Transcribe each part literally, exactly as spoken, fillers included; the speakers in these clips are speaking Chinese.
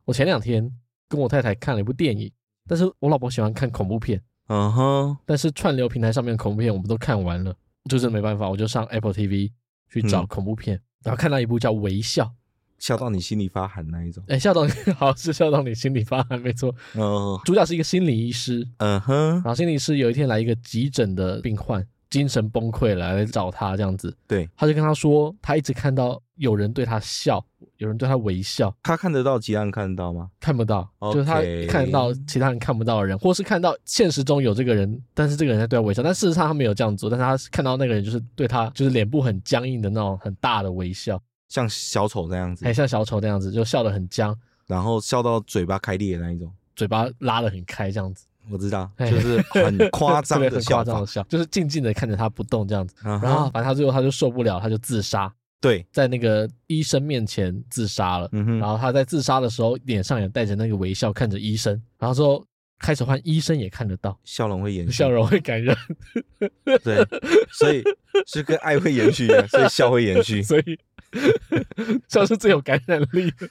我前两天跟我太太看了一部电影，但是我老婆喜欢看恐怖片， 嗯哼， 但是串流平台上面的恐怖片我们都看完了，就是没办法，我就上 Apple T V 去找恐怖片，嗯、然后看到一部叫《微笑》， 笑到你心里发寒那一种。 哎，笑到你好是笑到你心里发寒，没错。 嗯， 主角是一个心理医师， 嗯哼， 然后心理医师有一天来一个急诊的病患，精神崩溃了来找他这样子， 对， 他就跟他说，他一直看到有人对他笑，有人对他微笑。 他看得到其他人看得到吗？ 看不到， okay. 就是他看得到其他人看不到的人，或是看到现实中有这个人，但是这个人在对他微笑，但事实上他没有这样做，但是他看到那个人就是对他就是脸部很僵硬的那种很大的微笑， 像小丑那样子， 还像小丑那样子，就笑得很僵， 然后笑到嘴巴开裂的那一种， 嘴巴拉得很开这样子。 我知道，就是很夸张的笑法， 笑，就是静静的看着他不动这样子。Uh-huh. 然后反正他最后他就受不了，他就自杀。 对， 在那个医生面前自杀了。嗯哼。然后他在自杀的时候，脸上也带着那个微笑看着医生。然后之后开始换医生也看得到， 笑容会延续， 笑容会感染。 对，所以是跟爱会延续的，所以笑会延续， 所以笑是最有感染力的。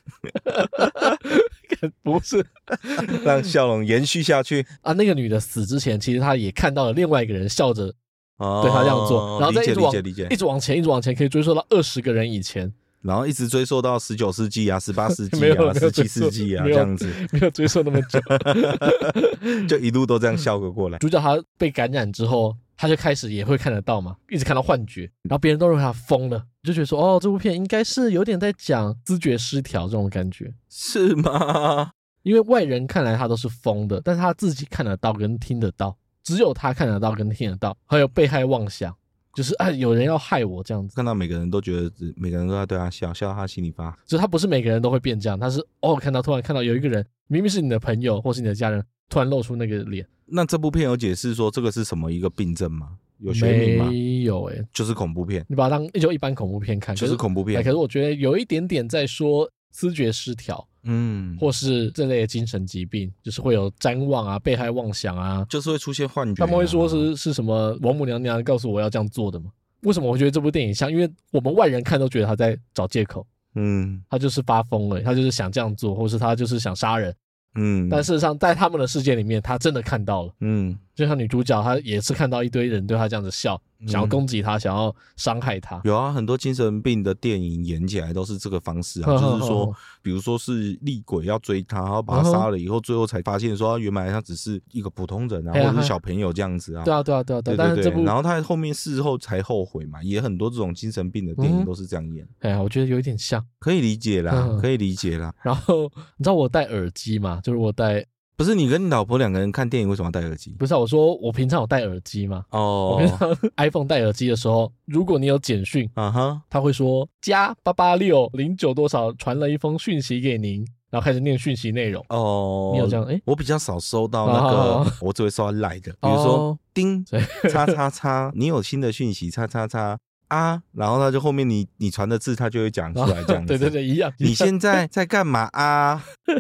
不是让笑容延续下去啊！那个女的死之前，其实她也看到了另外一个人笑着对她这样做，哦、然后再一直往一直往前，一直往前，可以追溯到二十个人以前， 然后一直追溯到十九世纪啊、十八世纪啊、十七世纪啊这样子， 没有追溯那么久， 就一路都这样笑个过来。 主角他被感染之后，他就开始也会看得到嘛，一直看到幻觉，然后别人都认为他疯了，就觉得说哦，这部片应该是有点在讲思觉失调这种感觉， 是吗？ 因为外人看来他都是疯的，但是他自己看得到跟听得到，只有他看得到跟听得到，还有被害妄想，就是啊有人要害我这样子。 看到每个人都觉得每个人都在对他笑，笑到他心里发寒。 所以他不是每个人都会变这样，他是哦看到突然看到有一个人明明是你的朋友或是你的家人，突然露出那个脸。 那这部片有解释说这个是什么一个病症吗？有学名吗？ 没有诶、欸， 就是恐怖片， 你把它当就一般恐怖片看， 就是恐怖片。 可是我觉得有一点点在说思觉失调， 嗯， 或是这类的精神疾病，就是会有谵妄啊、被害妄想啊， 就是会出现幻觉、啊。 他们会说是是什么王母娘娘告诉我要这样做的吗？为什么我觉得这部电影像？因为我们外人看都觉得他在找借口，嗯，他就是发疯了，他就是想这样做，或是他就是想杀人。嗯，但事实上在他们的世界里面他真的看到了，嗯，就像女主角她也是看到一堆人对她这样子笑，想要攻击她，想要伤害她。 有啊，很多精神病的电影演起来都是这个方式啊，就是说比如说是厉鬼要追他，然后把他杀了以后，最后才发现说原来他只是一个普通人啊，或者是小朋友这样子啊。 对啊对啊对啊对啊， 对对对，然后他后面事后才后悔嘛，也很多这种精神病的电影都是这样演。 哎呀，我觉得有一点像， 可以理解啦，可以理解啦。 然后你知道我戴耳机吗？就是我戴。 不是你跟你老婆两个人看电影为什么要戴耳机？ 不是、啊、我说我平常有戴耳机嘛。 哦， 我平常 iPhone 戴耳机的时候，如果你有简讯，啊哈，他会说加八八六零九多少传了一封讯息给您，然后开始念讯息内容。哦，你有这样？哎， 我比较少收到那个，哦、我只会收到 Line 的，比如说、哦、叮叉叉叉，你有新的讯息叉叉叉。啊，然后他就后面你你传的字他就会讲出来这样子。 对对对，一样。 你现在在干嘛啊？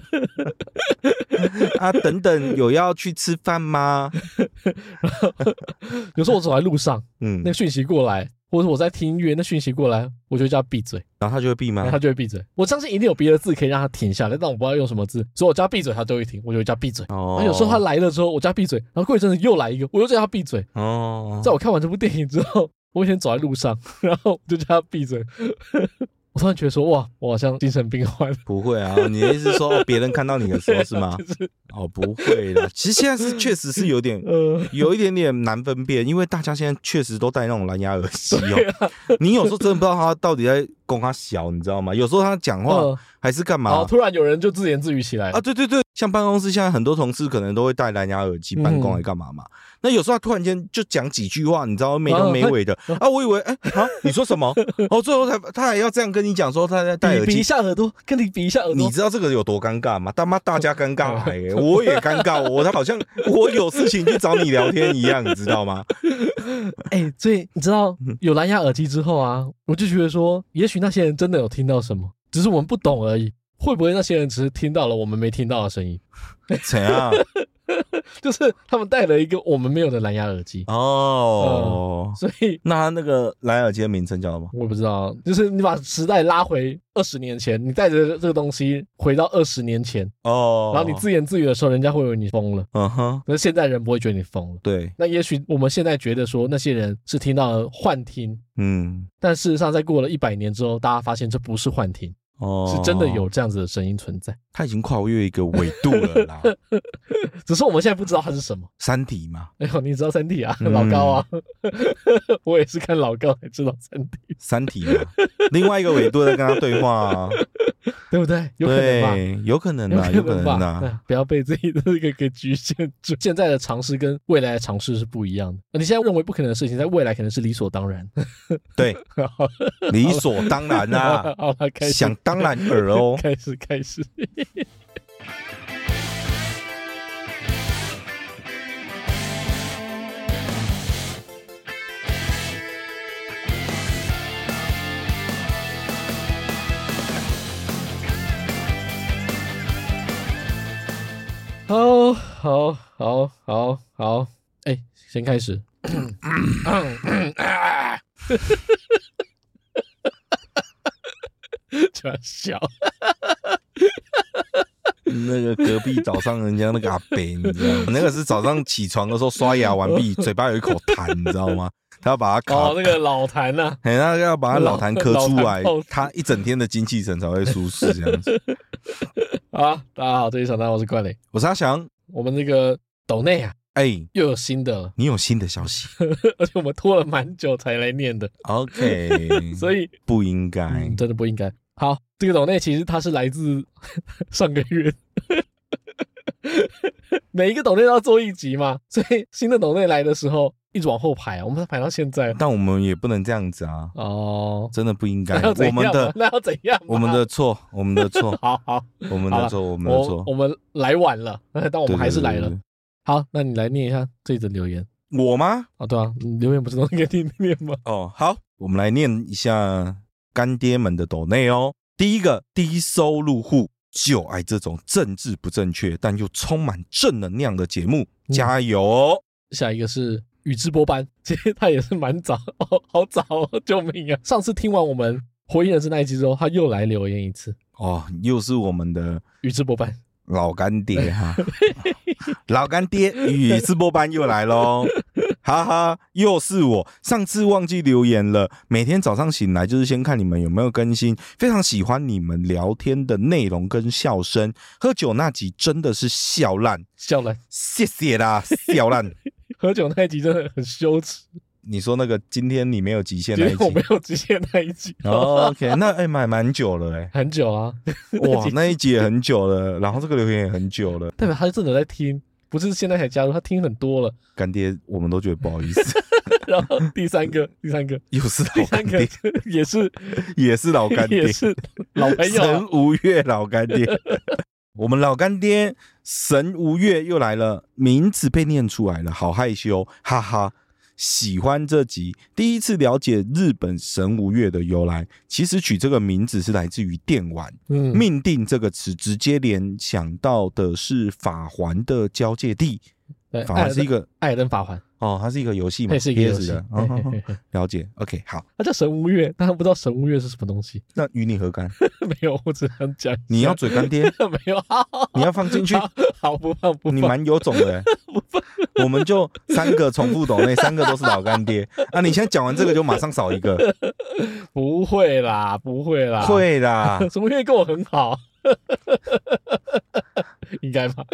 啊，等等，有要去吃饭吗？ 有时候我走在路上，嗯，那个讯息过来，或者我在听音乐，那讯息过来，我就叫他闭嘴， 然后他就会闭吗？ 他就会闭嘴。我相信一定有别的字可以让他停下来，但我不知道用什么字，所以我叫他闭嘴，他就会停，我就会叫他闭嘴。哦。有时候他来了之后，我叫他闭嘴，然后过一阵子又来一个，我又叫他闭嘴。哦。在我看完这部电影之后。我以前走在路上，然后就叫他闭嘴。我突然觉得说，哇，我好像精神病患。 不会啊，你的意思是说别人看到你的时候是吗？就是、哦，不会啦。其实现在是确实是有点，有一点点难分辨，因为大家现在确实都戴那种蓝牙耳机哦。啊、你有时候真的不知道他到底在供他小，你知道吗？有时候他讲话、呃、还是干嘛？ 然后突然有人就自言自语起来啊！对对对，像办公室现在很多同事可能都会戴蓝牙耳机办公来干嘛嘛？嗯、那有时候他突然间就讲几句话，你知道没头没尾的、呃、啊！我以为哎啊，你说什么？哦，最后他他还要这样跟你讲说他在戴耳机， 比一下耳朵，跟你比一下耳朵。 你知道这个有多尴尬吗？他妈大家尴尬哎、欸，我也尴尬，我他好像我有事情去找你聊天一样，你知道吗？ 哎、欸，所以你知道有蓝牙耳机之后啊，我就觉得说，也许那些人真的有听到什么，只是我们不懂而已。会不会那些人只是听到了我们没听到的声音？ 怎样？ 就是他们戴了一个我们没有的蓝牙耳机哦、 嗯，所以那他那个蓝牙耳机的名称叫什么？ 我也不知道，就是你把时代拉回二十年前，你带着这个东西回到二十年前哦，然后你自言自语的时候，人家会以为你疯了，嗯哼，可是现在人不会觉得你疯了， 对， 那也许我们现在觉得说那些人是听到了幻听，嗯，但事实上在过了一百年之后，大家发现这不是幻听。哦，是真的有这样子的声音存在， 它已经跨越一个纬度了啦。 只是我们现在不知道它是什么。 三体嘛？ 哎呦，你知道三体啊？嗯、老高啊，我也是看老高才知道三体。 三体嘛，另外一个纬度在跟他对话啊， 对不对？有可能吧？ 对，有可能啊，有可能啊。 不要被自己的这个给局限住。现在的尝试跟未来的尝试是不一样的。你现在认为不可能的事情，在未来可能是理所当然。 对，理所当然啊。 好了，开始。 想当然尔哦。 开始，开始。好好好好好，哎、欸，先开始。就要笑。 那个隔壁早上人家那个阿伯，你知道吗？那个是早上起床的时候刷牙完毕，嘴巴有一口痰，你知道吗？他要把它烤，哦，那个老痰呐、啊， 哎，他要把他老痰咳出来，他一整天的精气神才会舒适这样子。 好，大家好，这一场大家好，我是冠磊， 我是阿翔。 我们那个斗内啊， 哎、欸， 又有新的了， 你有新的消息， 而且我们拖了蛮久才来念的。 OK， 所以不应该、 嗯，真的不应该。好，这个斗内其实它是来自上个月。每一个斗内都要做一集嘛，所以新的斗内来的时候一直往后排啊，我们才排到现在。 但我们也不能这样子啊，哦，真的不应该。 我们的那要怎样？ 我们的错，我们的错。 好好， 我们的错，我们的错。 我们来晚了，但我们还是来了。對對對對，好，那你来念一下这一则留言。 我吗？ 哦，对啊，留言不是都给你念吗？ 哦，好，我们来念一下干爹们的斗内哦。第一个，低收入户。就爱这种政治不正确但又充满正能量的节目，加油哦！ 下一个是宇智波斑，其实他也是蛮早哦，好早哦，救命啊！上次听完我们火影忍者那一集之后，他又来留言一次哦，又是我们的宇智波斑老干爹哈，老干爹宇智波斑又来咯。哈哈，又是我，上次忘记留言了。每天早上醒来就是先看你们有没有更新，非常喜欢你们聊天的内容跟笑声。喝酒那集真的是笑烂， 笑烂， 谢谢啦，笑烂。 喝酒那一集真的很羞耻。 你说那个今天你没有极限那一集， 我没有极限那一集。 哦、OK， 那哎蛮蛮久了哎， 很久啊， 哇，那一集也很久了，然后这个留言也很久了， 代表他真的在听。不是现在才加入，他听很多了。 干爹，我们都觉得不好意思。 然后第三个，第三个又是老干爹， 也是也是老干爹， 也是老朋友、啊。 神无月老干爹，我们老干爹神无月又来了，名字被念出来了，好害羞，哈哈。喜欢这集，第一次了解日本神无月的由来。其实取这个名字是来自于电玩，嗯，命定这个词直接联想到的是法环的交界地。法环是一个艾尔登法环哦，它是一个游戏嘛， 它是一个游戏的、哦嘿嘿嘿，了解。OK， 好， 它叫神无月，但他不知道神无月是什么东西。 那与你何干？ 没有，我只想讲。 你要嘴干爹？ 没有，好好你要放进去。 好，不放不放。 你蛮有种的、欸。 不放。 我们就三个重复斗内，三个都是老干爹啊！你现在讲完这个就马上少一个。 不会啦，不会啦， 会啦。 神无月跟我很好，应该吧？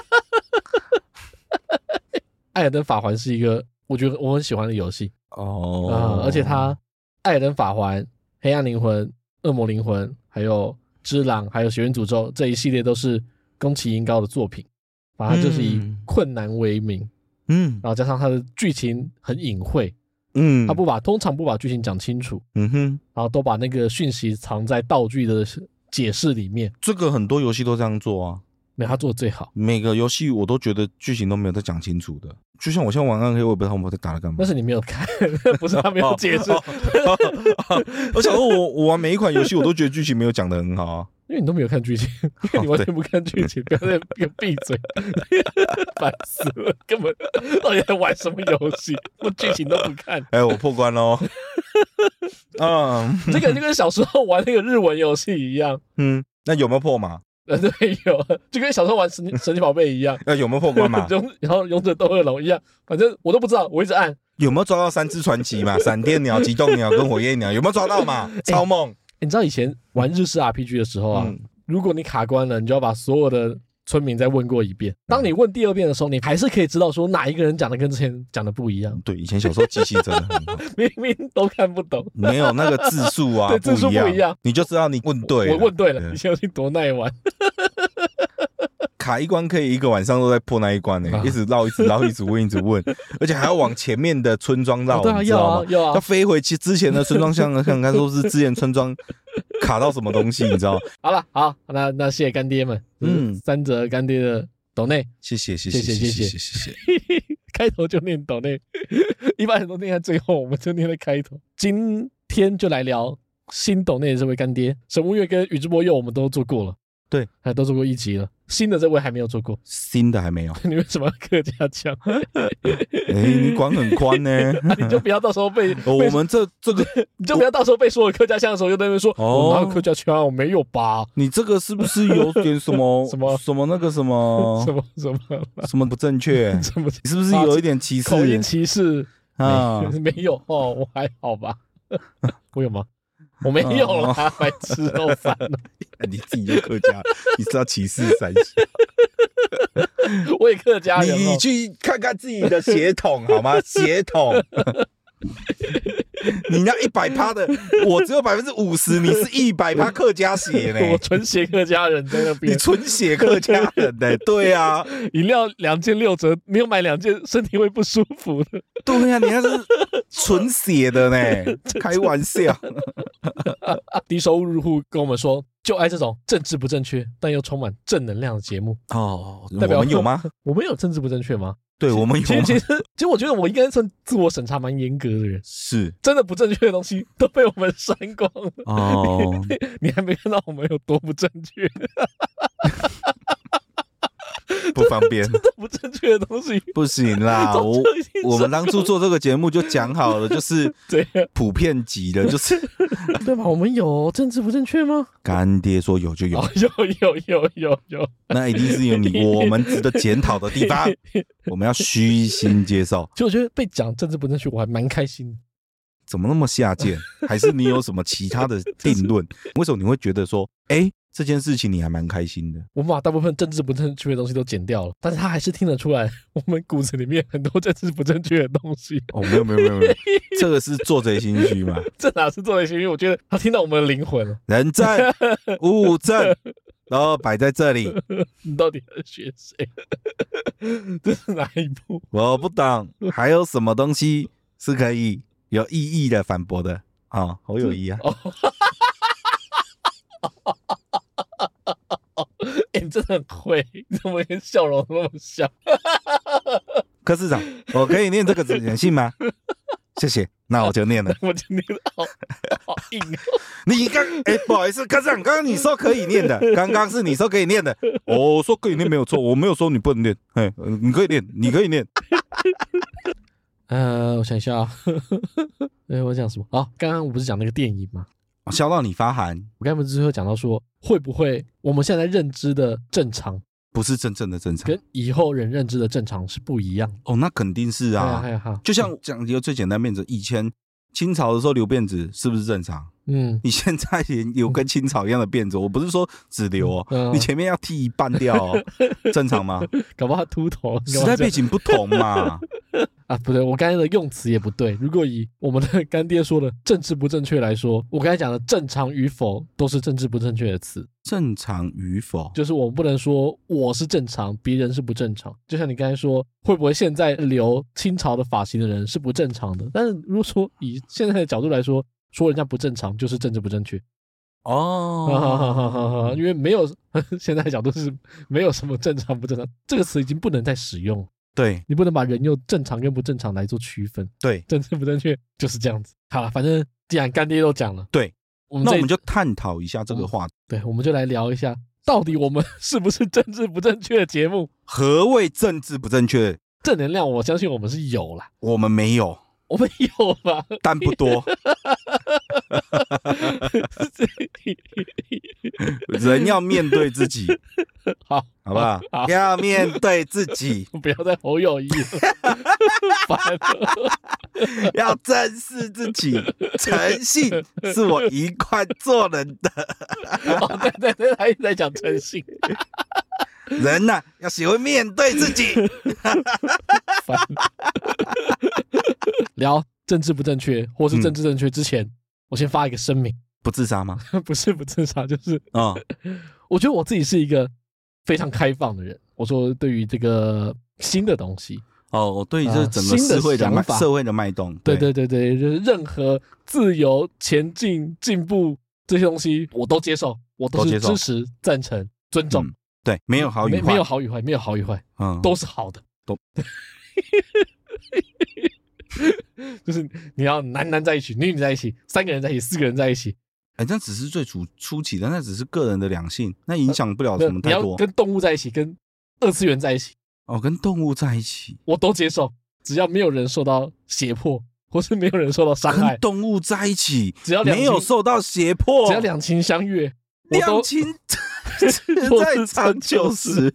艾尔登法环是一个我觉得我很喜欢的游戏哦、呃，而且它艾尔登法环、黑暗灵魂、恶魔灵魂，还有之狼，还有血缘诅咒这一系列都是宫崎英高的作品，反正就是以困难为名，嗯，然后加上它的剧情很隐晦，嗯，他不把通常不把剧情讲清楚，嗯哼，然后都把那个讯息藏在道具的解释里面。 这个很多游戏都这样做啊。 没有，他做的最好。每个游戏我都觉得剧情都没有在讲清楚的，就像我现在玩暗黑，我也不知道他们在打了干嘛。 但是你没有看，不是他没有解释。 我想说我，我我玩每一款游戏，我都觉得剧情没有讲得很好啊。 因为你都没有看剧情，因为你完全不看剧情，不要再给我闭嘴，烦死了，根本到底在玩什么游戏？我剧情都不看。 哎、欸，我破关喽！嗯， 这个就跟小时候玩那个日文游戏一样。 嗯，那有没有破嘛？ 呃，对，有，就跟小时候玩神神奇宝贝一样。 那有没有破关嘛？ 然后勇者斗恶龙一样，反正我都不知道，我一直按。 有没有抓到三只传奇嘛？闪电鸟、极冻鸟跟火焰鸟有没有抓到嘛？超猛！欸、 你知道以前玩日式 R P G 的时候啊，嗯、如果你卡关了，你就要把所有的村民再问过一遍。当你问第二遍的时候，你还是可以知道说哪一个人讲的跟之前讲的不一样。 对，以前小时候记性真的很好， 明明都看不懂， 没有那个字数啊， 对，字数不一样， 你就知道你问对了。 我问对了，你相信多耐玩。 卡一关可以一个晚上都在破那一关呢、欸，啊、一直绕，一直绕，一直问，一直问，而且还要往前面的村庄绕， 对啊， 你知道吗？ 要啊， 要飞回去之前的村庄，像看看说是之前村庄卡到什么东西，你知道？ 好了，好，那那谢谢干爹们，嗯，三折干爹的斗内， 谢谢，谢谢，谢谢，谢谢，谢谢。 开头就念斗内，一般人都念在最后，我们就念在开头。今天就来聊新斗内的这位干爹，神木月跟宇智波鼬，我们都做过了。 对， 还都做过一集了，新的这位还没有做过， 新的还没有。 你为什么要客家腔？ 哎、欸，你管很宽呢、 啊，你就不要到时候被、 哦、我们这这个， 你就不要到时候被说我客家腔的时候，又在那边说哦，哪有客家腔？我没有吧？ 你这个是不是有点什么什么什么那个什么什么什么什么不正确？ 什么？ 你是不是有一点歧视？ 口音歧视啊？ 没有哦，我还好吧？我有吗？我没有啦，哦、白痴肉烦了。 你自己就客家，你知道歧视三小？ 我也客家人、哦， 你去看看自己的血统好吗？血统，你那一百趴的，我只有百分之五十，你是一百趴客家血呢、欸。 我纯血客家人在那边， 你纯血客家人呢、欸？对啊， 饮料两件六折，没有买两件身体会不舒服的。 对啊，你那是纯血的呢、欸，开玩笑。 低收入户跟我们说，就爱这种政治不正确但又充满正能量的节目哦。 代表我们有吗？ 我们有政治不正确吗？ 对，我们有吗。 其实，其实我觉得我应该算自我审查蛮严格的人。 是， 真的不正确的东西都被我们删光了。 哦， 你还没看到我们有多不正确。 不方便， 真的不正确的东西不行啦。我我们当初做这个节目就讲好了，就是普遍级的，就是对吧？我们有政治不正确吗？ 干爹说有就有， 哦、有有有有有， 那一定是有你我们值得检讨的地方，我们要虚心接受。 其实我觉得被讲政治不正确，我还蛮开心的。 怎么那么下贱？还是你有什么其他的定论？为什么你会觉得说，哎、欸？这件事情你还蛮开心的。 我们把大部分政治不正确的东西都剪掉了，但是他还是听得出来我们骨子里面很多政治不正确的东西。 哦，没有没有没有没有，这个是做贼心虚嘛？ 这哪是做贼心虚？我觉得他听到我们的灵魂了。 人正物正，然后摆在这里。 你到底在学谁？这是哪一部？ 我不懂，还有什么东西是可以有意义的反驳的啊、哦？好有意义啊！ 哦欸、你真的很会，你怎么连笑容那么像？ 柯市长，我可以念这个字简信吗？谢谢，那我就念了。 我就念了，好好硬哦。 你刚哎、欸，不好意思，柯市长，刚刚你说可以念的，刚刚是你说可以念的，我说可以念没有错，我没有说你不能念，哎，你可以念，你可以念。 呃，我想一下啊，哎，我讲什么？啊，刚刚我不是讲那个电影吗？ 笑到你发寒。 我刚才不是有讲到说，会不会我们现在认知的正常， 不是真正的正常， 跟以后人认知的正常是不一样的？ 哦，那肯定是啊。 哎呀哎呀就像讲一个最简单面子，以前清朝的时候留辫子是不是正常？嗯，你现在也有跟清朝一样的辫子，我不是说只留哦，嗯、你前面要剃一半掉哦，正常吗？ 搞不好他秃头， 时代背景不同嘛。 啊，不对，我刚才的用词也不对。如果以我们的干爹说的政治不正确来说，我刚才讲的正常与否都是政治不正确的词。 正常与否， 就是我们不能说我是正常，别人是不正常。就像你刚才说，会不会现在留清朝的发型的人是不正常的？但是如果说以现在的角度来说，说人家不正常就是政治不正确。哦，因为没有现在的角度是没有什么正常不正常这个词已经不能再使用。 对， 你不能把人用正常跟不正常来做区分。 对， 政治不正确就是这样子。好了，反正既然干爹都讲了， 对， 我们那我们就探讨一下这个话题。 对，我们就来聊一下，到底我们是不是政治不正确的节目？ 何谓政治不正确？ 正能量，我相信我们是有啦， 我们没有， 我们有吧， 但不多。人要面对自己， 好， 好不好？好，要面对自己， 不要再侯友宜了，烦了。 要正视自己，诚信是我一贯做人的。 哦，对对对，他一直在讲诚信。 人呐、啊，要学会面对自己。 聊政治不正确，或是政治正确之前，嗯、我先发一个声明： 不自杀吗？ 不是不自杀，就是哦， 我觉得我自己是一个非常开放的人。我说对于这个新的东西。 哦，我对于这整个社会的、呃、的社会的脉动， 对对对对，就是任何自由、前进、进步这些东西，我都接受，我都是支持、赞成、尊重。嗯、 对，没有好与坏， 没有好与坏，没有好与坏，嗯，都是好的， 都。 就是你要男男在一起，女女在一起，三个人在一起，四个人在一起。 哎，那只是最初初期的，那只是个人的两性，那影响不了什么太多。 你要跟动物在一起，跟二次元在一起。 哦，跟动物在一起， 我都接受，只要没有人受到胁迫，或是没有人受到伤害。 跟动物在一起， 只要没有受到胁迫， 只要两情相悦， 两情在长久时。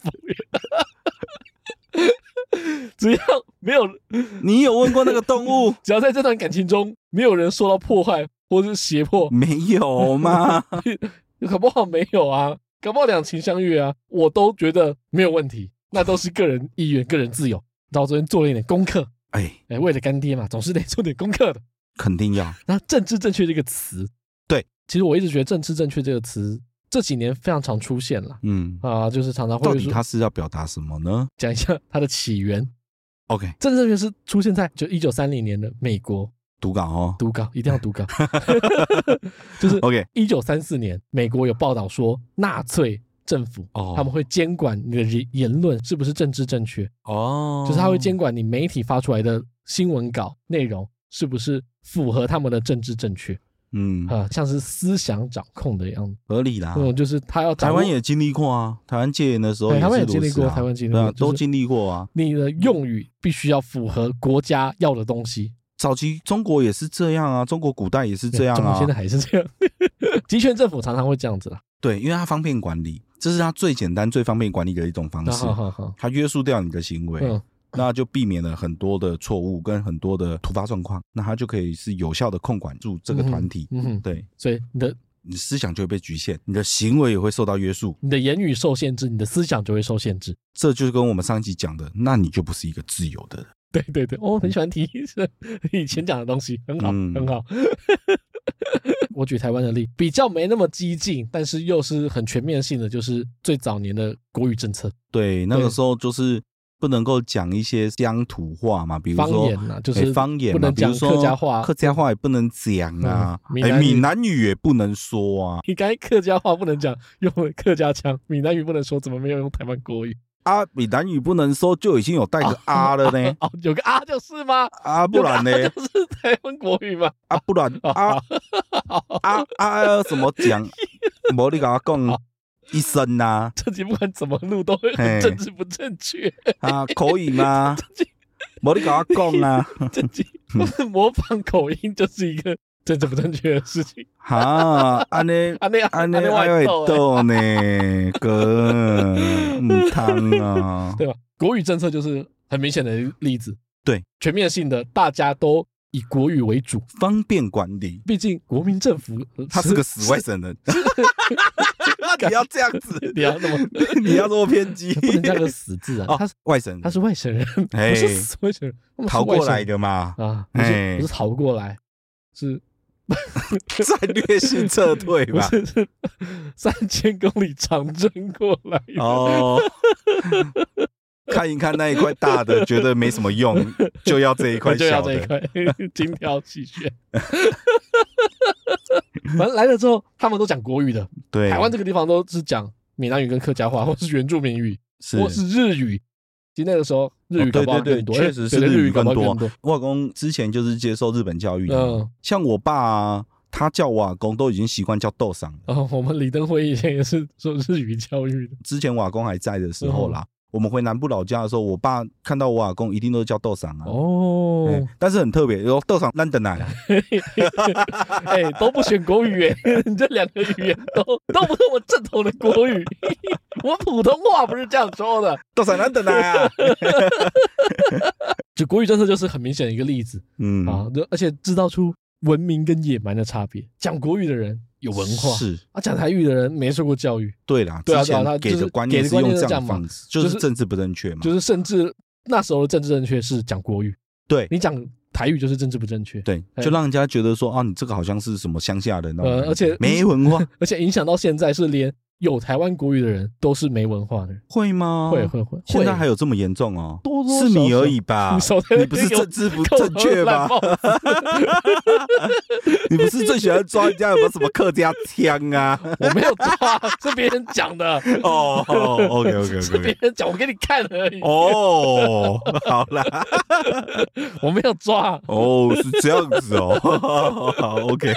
只要没有， 你有问过那个动物？ 只要在这段感情中没有人受到迫害或是胁迫， 没有吗？ 搞不好没有啊，搞不好两情相悦啊，我都觉得没有问题。那都是个人意愿、个人自由。然后我昨天做了一点功课，哎哎，为了干爹嘛，总是得做点功课的， 肯定要。 那政治正确这个词， 对， 其实我一直觉得政治正确这个词这几年非常常出现了，嗯啊，就是常常会说， 到底它是要表达什么呢？ 讲一下它的起源。 OK， 政治正确是出现在就一九三零年的美国。 读稿哦， 读稿一定要读稿。就是 OK， 一九三四年，美国有报道说纳粹政府、哦、他们会监管你的言论是不是政治正确哦，就是他会监管你媒体发出来的新闻稿内容是不是符合他们的政治正确。嗯啊，像是思想掌控的样子， 合理啦。 嗯，就是他要台湾也经历过啊，台湾戒严的时候也是、啊， 台湾也经历过，台湾经历过、 啊，都经历过啊。 你的用语必须要符合国家要的东西。 早期中国也是这样啊，中国古代也是这样啊， 中国现在还是这样。集权政府常常会这样子啦。 对，因为它方便管理，这是它最简单、最方便管理的一种方式。它约束掉你的行为。嗯，那就避免了很多的错误跟很多的突发状况，那它就可以是有效的控管住这个团体。嗯嗯，对， 所以你的你思想就会被局限，你的行为也会受到约束， 你的言语受限制，你的思想就会受限制。 这就是跟我们上一集讲的，那你就不是一个自由的人。 对对对，我、哦、很喜欢提以前讲的东西，很好、嗯、很好。我举台湾的例，比较没那么激进，但是又是很全面性的，就是最早年的国语政策。 对，那个时候就是不能够讲一些乡土话嘛，比如说方言啊，就是方言嘛， 不能讲客家话， 客家话也不能讲啊，嗯、闽南语、欸、闽南语也不能说啊。 你刚才客家话不能讲，用客家腔；闽南语不能说，怎么没有用台湾国语？ 啊，闽南语不能说，就已经有带个啊了呢。 哦，有个啊就是吗？ 啊，不然呢？ 就是台湾国语吗？ 啊，不然啊啊啊，怎么讲？没你跟我讲一声呐。 这集不管怎么录都会很政治不正确啊，可以吗？没你跟我讲啊。 这集模仿口音就是一个政治不正确的事情。 哈，安尼安尼安尼会逗呢，哥，唔汤啊， 对吧？国语政策就是很明显的例子， 对， 全面性的，大家都以国语为主， 方便管理。 毕竟国民政府他是个死外省人，你要这样子， 你要那么你要这么偏激， 不能加个死字啊！ 哦、 他是外省人， 他是外省人，不是死外省人， 逃过来的嘛？ 啊，不是不是逃过来，是。 战略性撤退吧， 不是是三千公里长征过来哦。看一看那一块大的，觉得没什么用，就要这一块小的， 就要这一块，精挑细选。反正来了之后，他们都讲国语的。 对， 台湾这个地方都是讲闽南语跟客家话，或是原住民语，或是日语。其实那个时候日语搞不好更多， 确、哦、实是日语更多。我老公之前就是接受日本教育的，嗯，像我爸啊， 他叫我阿公都已经习惯叫豆桑了。 哦，我们李登辉以前也是说日语教育的。 之前我阿公还在的时候啦，嗯、我们回南部老家的时候，我爸看到我阿公一定都是叫豆桑啊。哦、欸，但是很特别，有豆桑烂的奶。 哎、欸，都不选国语哎，你这两个语言都都不是我正统的国语。我普通话不是这样说的， 豆桑烂的奶啊。 就国语政策就是很明显的一个例子，嗯啊，而且制造出文明跟野蛮的差别。讲国语的人有文化， 是啊，讲台语的人没受过教育。 对啦， 对啊， 之前他给的观念是用这样的方式，就是政治不正确嘛。 就是甚至那时候的政治正确是讲国语， 对你讲台语就是政治不正确， 对，就让人家觉得说啊，你这个好像是什么乡下人， 呃，而且没文化， 而且影响到现在是连有台湾国语的人都是没文化的人， 会吗？ 会会会， 现在还有这么严重哦？ 多多少少是你而已吧？你不是政治不正确吗？你不是最喜欢抓人家有没有什么客家腔啊？ 我没有抓，是别人讲的。 哦 ，OK OK OK， 是别人讲，我给你看而已。 哦，好啦， 我没有抓。 哦，是这样子哦。好 ，OK。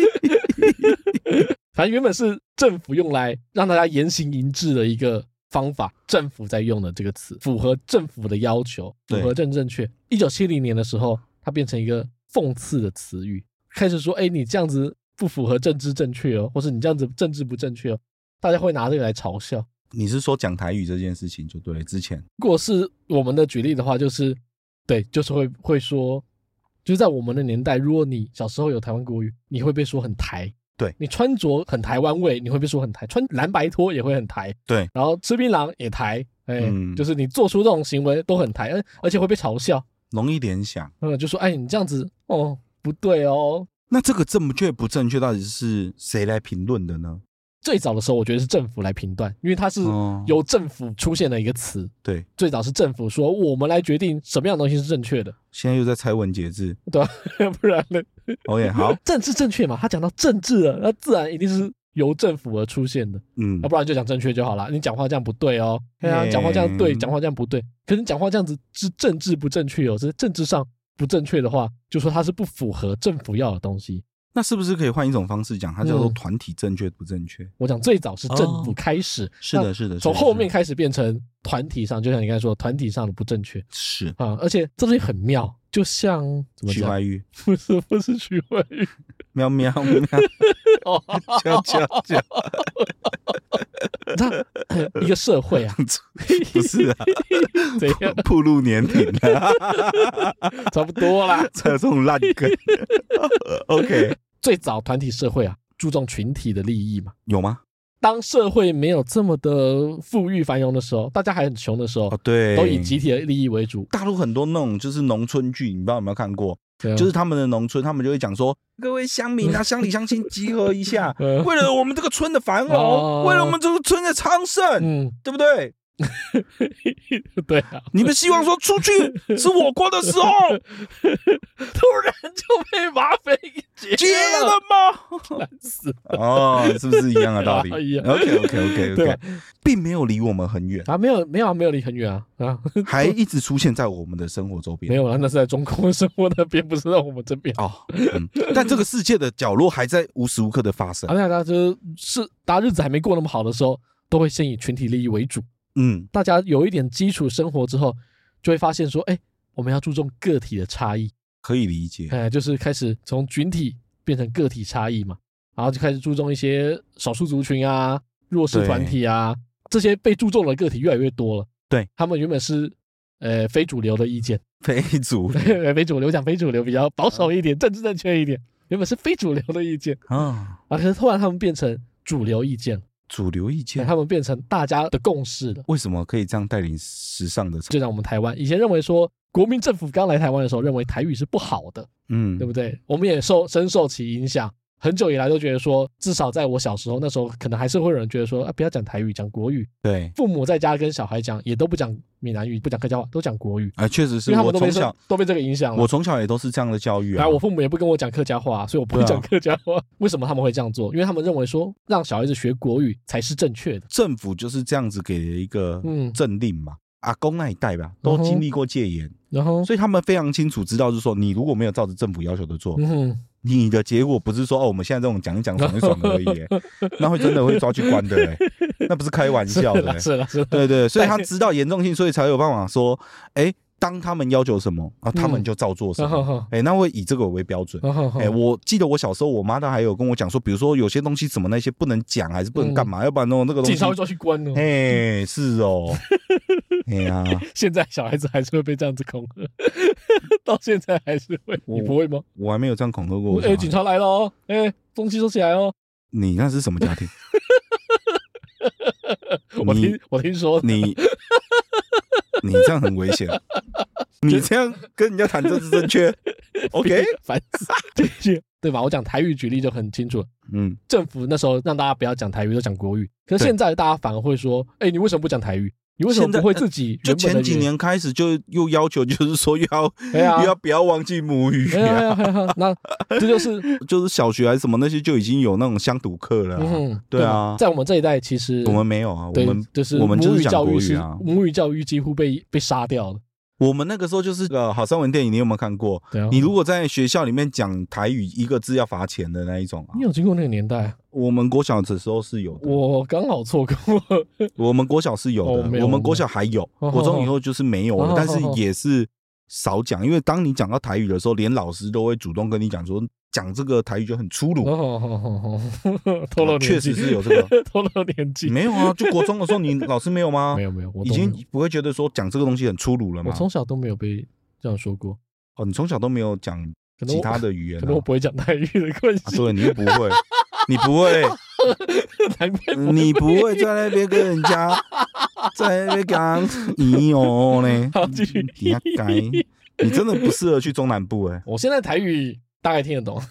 反正原本是政府用来让大家言行一致的一个方法，政府在用的这个词，符合政府的要求，符合政治正确。一九七零年的时候，它变成一个讽刺的词语，开始说：“哎，你这样子不符合政治正确哦，或是你这样子政治不正确哦。”大家会拿这个来嘲笑。 你是说讲台语这件事情就对了？之前如果是我们的举例的话，就是对，就是会会说，就是在我们的年代，如果你小时候有台湾国语，你会被说很台。 对， 你穿着很台湾味，你会被说很台；穿蓝白拖也会很台。 对， 然后吃槟榔也台，哎、欸嗯，就是你做出这种行为都很台，而且会被嘲笑， 容易联想。 嗯，就说哎，你这样子哦，不对哦。 那这个正确不正确，到底是谁来评论的呢？ 最早的时候，我觉得是政府来评断，因为它是由政府出现的一个词。哦、 对， 最早是政府说我们来决定什么样的东西是正确的。 现在又在拆文解字， 对吧？不然呢 ？OK， 好， 政治正确嘛，他讲到政治了，那自然一定是由政府而出现的。嗯，要不然就讲正确就好了。你讲话这样不对哦，对啊，讲话这样对，讲话这样不对。可是你讲话这样子是政治不正确哦，是政治上不正确的话，就说它是不符合政府要的东西。 那是不是可以换一种方式讲，它叫做团体正确不正确？嗯、 我讲最早是政府开始，哦、 是的，是的， 从后面开始变成团体上，就像你刚才说，团体上的不正确是啊，而且这东西很妙，就像怎么讲？徐怀钰不是不是徐怀钰， 喵喵喵，叫叫叫， 他一个社会啊， 不是啊， 怎样暴露年龄了， 差不多啦， 才有这种烂梗。OK， 最早团体社会啊，注重群体的利益嘛， 有吗？ 当社会没有这么的富裕繁荣的时候，大家还很穷的时候， 哦、对， 都以集体的利益为主。 大陆很多那种就是农村剧，你不知道有没有看过？啊、就是他们的农村，他们就会讲说，各位乡民啊，乡里乡亲集合一下，为了我们这个村的繁荣，哦、为了我们这个村的昌盛，嗯，对不对？ 对啊， 你们希望说出去吃火锅的时候， 突然就被马匪劫劫了吗？ 难死哦，是不是一样的道理？ 一样。 OK OK OK OK， 并没有离我们很远啊，没有没有没有离很远啊啊， 还一直出现在我们的生活周边。 没有啊，那是在中共生活那边，不是在我们这边哦、嗯。但这个世界的角落还在无时无刻的发生。 啊，大家就是大家日子还没过那么好的时候，都会先以群体利益为主。嗯，大家有一点基础生活之后，就会发现说，哎、欸，我们要注重个体的差异， 可以理解。 哎、欸，就是开始从群体变成个体差异嘛，然后就开始注重一些少数族群啊、弱势团体啊，这些被注重的个体越来越多了。 对，他们原本是呃非主流的意见， 非主流， 非主流讲非主流比较保守一点，政治正确一点，原本是非主流的意见啊，啊，可是突然他们变成主流意见了。 主流意见， 他们变成大家的共识了。 为什么可以这样带领时尚的？ 就像我们台湾以前认为说，国民政府刚来台湾的时候，认为台语是不好的，嗯，对不对？我们也受深受其影响，很久以来都觉得说，至少在我小时候，那时候可能还是会有人觉得说，啊，不要讲台语，讲国语。 对， 父母在家跟小孩讲，也都不讲闽南语，不讲客家话，都讲国语。 啊、呃，确实是， 因为他们都被我从小都被这个影响了。 我从小也都是这样的教育啊。 然后我父母也不跟我讲客家话，所以我不会讲客家话。啊、为什么他们会这样做？因为他们认为说，让小孩子学国语才是正确的。 政府就是这样子给了一个政令嘛。嗯阿公那一代吧，都经历过戒严，然后所以他们非常清楚知道，就是说你如果没有照着政府要求的做，嗯、 你的结果不是说哦，我们现在这种讲一讲爽一爽而已，那会真的会抓去关的，那不是开玩笑的。 是了，是了， 对对，所以他知道严重性，所以才有办法说，哎。当他们要求什么啊，他们就照做什么。哎、嗯欸，那会以这个为标准。哎、欸，我记得我小时候，我妈她还有跟我讲说，比如说有些东西什么那些不能讲，还是不能干嘛，嗯、要不然那那个东西警察会抓去关哦。 哎、欸，是哦。哎呀、啊， 现在小孩子还是会被这样子恐吓，到现在还是会。你不会吗？ 我还没有这样恐吓过。 哎、欸，警察来了哦！哎、欸，东西收起来哦。 你那是什么家庭？ 我听我听说你。你这样很危险，你这样跟人家谈政治正确 ，OK， 烦死，对吧？我讲台语举例就很清楚了。嗯，政府那时候让大家不要讲台语，都讲国语，可是现在大家反而会说，哎、欸，你为什么不讲台语？你为什么不会自己原本的语言？ 就前几年开始就又要求，就是说又要、啊、又要不要忘记母语啊？ 啊啊啊那这就是就是小学还是什么那些就已经有那种乡土课了、啊嗯。对啊， 在我们这一代其实我们没有啊，我们就是我们就是讲国语啊，母语教育几乎被被杀掉了。 我们那个时候就是呃，好三文电影，你有没有看过？对啊。你如果在学校里面讲台语，一个字要罚钱的那一种、啊。 你有经过那个年代？ 我们国小的时候是有的。 我刚好错过。 我们国小是有的，哦、有我们国小还有， 哦、 国中以后就是没有了， 哦、 但是也是少讲，因为当你讲到台语的时候，连老师都会主动跟你讲说。讲这个台语就很粗鲁， 透露年纪， 确实是有这个透露年纪。 没有啊，就国中的时候，你老师没有吗？ 没有没有，我已经不会觉得说讲这个东西很粗鲁了吗？ 我从小都没有被这样说过。 哦，你从小都没有讲其他的语言、啊， 可能我不会讲台语的关系、 啊。对，你又不会，你不会，你不会在那边跟人家在那边讲咦哦呢？ 好，继续。 你要改。你真的不适合去中南部哎、欸！ 我现在台语大概听得懂，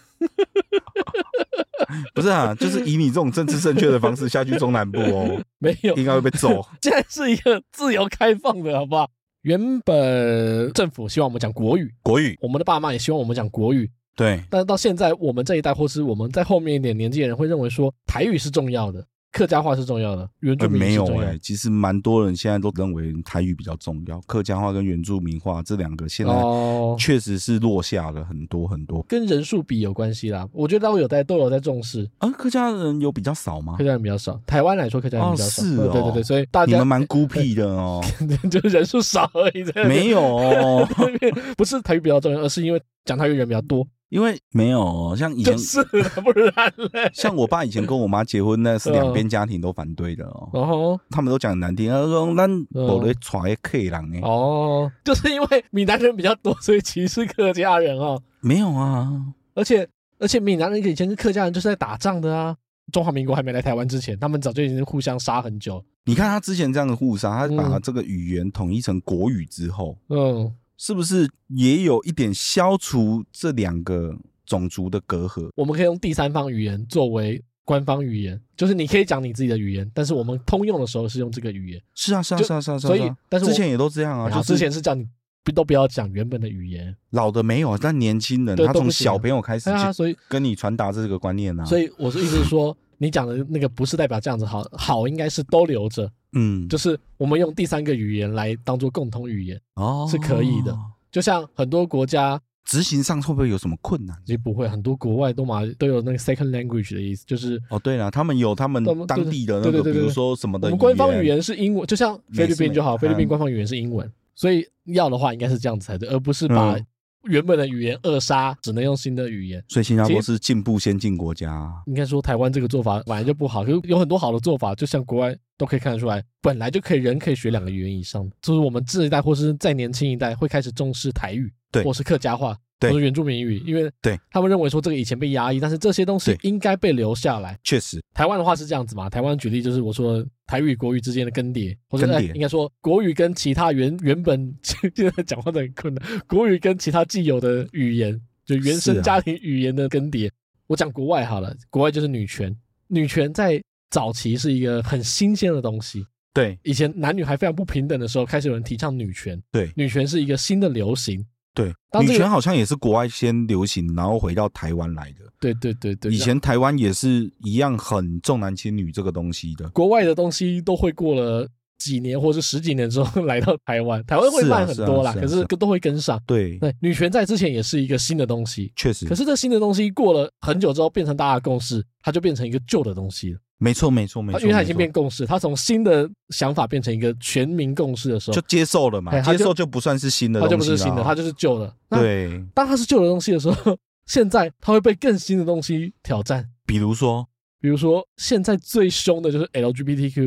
不是啊，就是以你这种政治正确的方式下去中南部哦， 没有， 应该会被揍。 现在是一个自由开放的，好不好？原本政府希望我们讲国语， 国语， 我们的爸妈也希望我们讲国语， 对。 但是到现在，我们这一代或是我们在后面一点年纪的人会认为说，台语是重要的。客家话是重要的，原住民是重要的、呃、没有哎、欸， 其实蛮多人现在都认为台语比较重要，客家话跟原住民话这两个现在确实是落下了很多很多， 跟人数比有关系啦。我觉得都有在都有在重视啊。客家人有比较少吗？ 客家人比较少，台湾来说客家人比较少。 哦是哦， 对对对，所以大家你们蛮孤僻的哦， 就是人数少而已。 没有、哦， 不是台语比较重要，而是因为讲台语人比较多。 因为没有像以前， 就是不然嘞。 像我爸以前跟我妈结婚，那是两边家庭都反对的哦。哦，他们都讲难听，他说咱我来娶客人哎。 哦，就是因为闽南人比较多，所以歧视客家人哦。 没有啊， 而且而且闽南人以前跟客家人就是在打仗的啊。中华民国还没来台湾之前，他们早就已经互相杀很久。 你看他之前这样的互杀，他把这个语言统一成国语之后，嗯。是不是也有一点消除这两个种族的隔阂？ 我们可以用第三方语言作为官方语言，就是你可以讲你自己的语言，但是我们通用的时候是用这个语言。 是啊，是啊，是啊，是啊。 所以，但是之前也都这样啊，就之前是叫你都不要讲原本的语言。 老的没有，但年轻人他从小朋友开始就所以跟你传达这个观念啊。 所以我是意思是说，你讲的那个不是代表这样子好，好应该是都留着。嗯，就是我们用第三个语言来当做共同语言，哦，是可以的。就像很多国家执行上会不会有什么困难？ 其实不会，很多国外都嘛都有那个 second language 的意思，就是哦，对了，他们有他们当地的那个，比如说什么的。 我们官方语言是英文，就像菲律宾就好，菲律宾官方语言是英文，所以要的话应该是这样子才对，而不是把原本的语言扼杀，只能用新的语言。 所以新加坡是进步先进国家。 应该说台湾这个做法本来就不好，可是有很多好的做法，就像国外都可以看得出来，本来就可以人可以学两个语言以上，就是我们这一代或是再年轻一代会开始重视台语，对，或是客家话，或是原住民语，因为对他们认为说这个以前被压抑，但是这些东西应该被留下来。 确实， 台湾的话是这样子嘛？台湾举例就是我说台语国语之间的更迭，或者、欸、应该说国语跟其他原原本现在讲话都很困难，国语跟其他既有的语言，就原生家庭语言的更迭。啊、我讲国外好了，国外就是女权，女权在早期是一个很新鲜的东西。 对， 以前男女还非常不平等的时候，开始有人提倡女权。 对， 女权是一个新的流行。 对，女权好像也是国外先流行，然后回到台湾来的。 对对对对， 以前台湾也是一样很重男轻女这个东西的。 国外的东西都会过了几年或是十几年之后来到台湾，台湾会慢很多啦，是啊是啊是啊可是都会跟上。 对对，女权在之前也是一个新的东西， 确实。 可是这新的东西过了很久之后，变成大家的共识，它就变成一个旧的东西了。 没错，没错，没错， 因为它已经变共识，它从新的想法变成一个全民共识的时候， 就接受了嘛。接受就不算是新的东西了， 它就不是新的，它就是旧的。 对， 当它是旧的东西的时候，现在它会被更新的东西挑战。 比如说， 比如说，现在最凶的就是 L G B T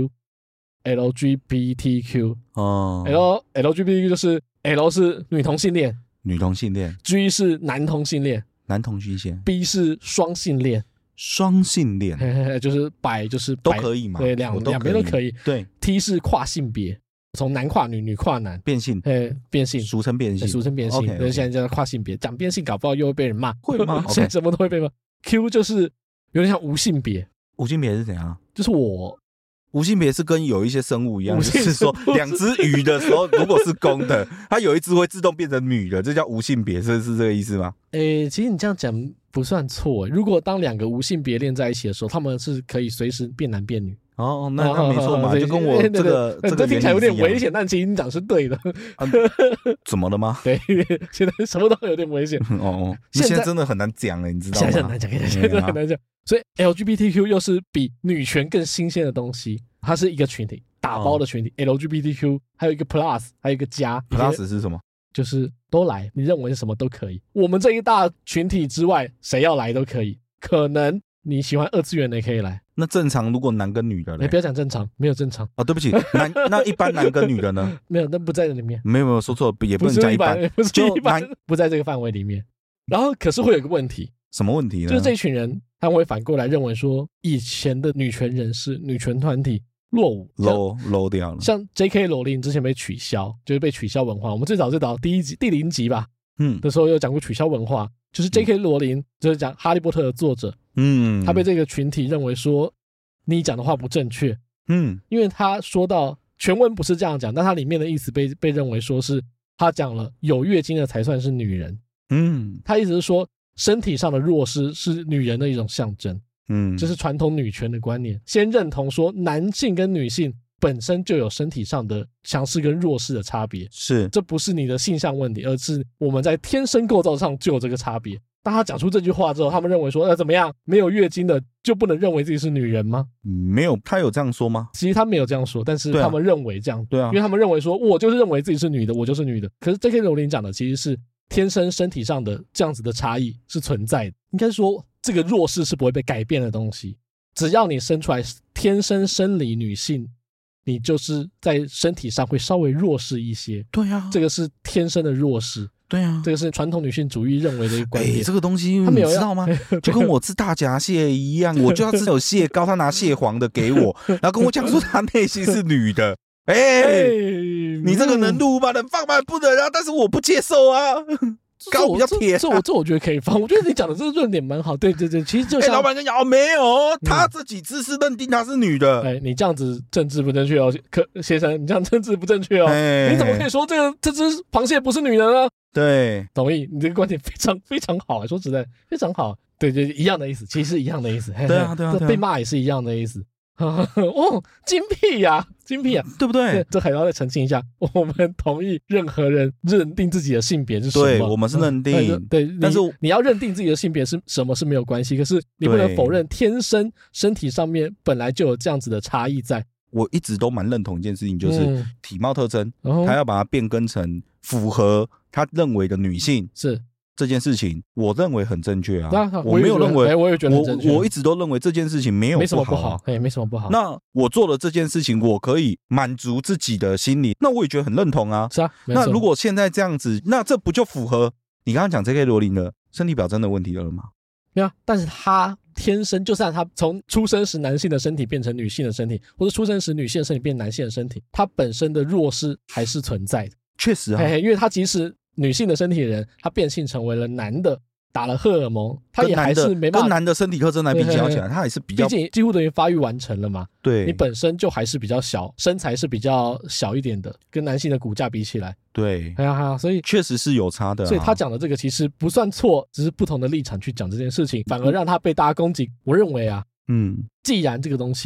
Q。L G B T Q 哦 L L G B T Q 就是 L 是女同性恋， 女同性恋 G 是男同性恋， 男同性恋 B 是双性恋， 双性恋就是百就是都可以嘛， 对，两两边都可以。 对 ，T 是跨性别，从男跨女，女跨男， 变性， 哎，变性， 俗称变性， 俗称变性。 对， okay, okay. 现在叫跨性别，讲变性搞不好又会被人骂， 会吗？ 现在什么都会被骂。Q 就是有点像无性别， 无性别是怎样？ 就是我。 无性别是跟有一些生物一样，就是说两只鱼的时候，如果是公的，它有一只会自动变成女的，这叫无性别，是是这个意思吗？ 诶、欸，其实你这样讲不算错。如果当两个无性别恋在一起的时候，他们是可以随时变男变女。 哦，那那没错嘛，就跟我这个这个听起来有点危险，但其实你讲是对的。 啊、怎么了吗？ 对，现在什么都有点危险。 哦，现在真的很难讲了，你知道吗？ 现在很难讲，现在很难讲。所以 L G B T Q 又是比女权更新鲜的东西，它是一个群体，打包的群体。哦、L G B T Q 还有一个 Plus， 还有一个加。 Plus 是什么？ 就是都来，你认为什么都可以。我们这一大群体之外，谁要来都可以。可能你喜欢二次元的也可以来。 那正常如果男跟女的嘞？ 不要讲正常，没有正常。 哦，对不起，男那一般男跟女的呢？ 没有，那不在里面。 没有没有说错，也不能讲一般， 不是一般，不在这个范围里面。然后可是会有一个问题。 什么问题呢？ 就是这一群人他们会反过来认为说，以前的女权人士、女权团体落伍 ，low low 掉了。 像 J K 罗琳之前被取消，就是被取消文化。我们最早最早第一集第零集吧，嗯，的时候有讲过取消文化，就是 J K 罗琳就是讲哈利波特的作者，嗯，他被这个群体认为说你讲的话不正确，嗯，因为他说到全文不是这样讲，但他里面的意思被被认为说是他讲了有月经的才算是女人，嗯，他意思是说。身体上的弱势是女人的一种象征，嗯，这是传统女权的观念，先认同说男性跟女性本身就有身体上的强势跟弱势的差别， 是， 这不是你的性向问题，而是我们在天生构造上就有这个差别。当他讲出这句话之后，他们认为说，呃，怎么样，没有月经的就不能认为自己是女人吗？ 没有，他有这样说吗？ 其实他没有这样说，但是他们认为这样， 对啊， 因为他们认为说，我就是认为自己是女的，我就是女的。可是 J K 罗琳讲的其实是。天生身体上的这样子的差异是存在的，应该说这个弱势是不会被改变的东西。只要你生出来天生生理女性，你就是在身体上会稍微弱势一些。 对啊， 这个是天生的弱势。 对啊， 这个是传统女性主义认为的一个观点。 欸、这个东西你知道吗？就跟我吃大闸蟹一样，我就要吃有蟹膏，他拿蟹黄的给我，然后跟我讲说他内心是女的。哎、欸，你这个能录吗？能放吗？不能啊！但是我不接受啊。膏比较甜、啊， 这我这我觉得可以放。我觉得你讲的这个论点蛮好。对对对，其实就像、 欸、老板跟你讲哦，没有，他自己自私认定她是女的。 哎、嗯欸，你这样子政治不正确哦，可先生，你这样政治不正确哦、欸。你怎么可以说这个这只螃蟹不是女的呢？ 对， 同意，你这个观点非常非常好。说实在，非常好。对对，一样的意思，其实是一样的意思。 对啊对啊，对啊被骂也是一样的意思。哦，精辟呀、啊，精辟呀、啊， 对不对？ 这还要再澄清一下，我们同意任何人认定自己的性别是什么？ 对，我们是认定。 嗯、对，但是你要认定自己的性别是什么是没有关系，可是你不能否认天生身体上面本来就有这样子的差异在。 我一直都蛮认同一件事情，就是体貌特征， 嗯、 他要把它变更成符合他认为的女性是。 这件事情我认为很正确啊， 啊我没有认为， 欸、我也觉得很正确。 我我一直都认为这件事情没有不好、啊， 没什么不好，哎、欸，没什么不好。 那我做了这件事情，我可以满足自己的心理，那我也觉得很认同啊。 是啊， 那如果现在这样子，那这不就符合你刚刚讲 J K 罗琳的身体表征的问题了吗？ 对啊，但是他天生就算他从出生时男性的身体变成女性的身体，或者出生时女性的身体变男性的身体，他本身的弱势还是存在的。 确实啊， 嘿嘿，因为他即使女性的身体的人，他变性成为了男的。打了荷尔蒙，他也还是没办法跟男的身体特征来比较起来，他还是比较， 毕竟几乎等于发育完成了嘛。 对， 你本身就还是比较小，身材是比较小一点的，跟男性的骨架比起来。 对， 哎呀，所以确实是有差的、啊。 所以他讲的这个其实不算错，只是不同的立场去讲这件事情，反而让他被大家攻击。我认为啊，嗯，既然这个东西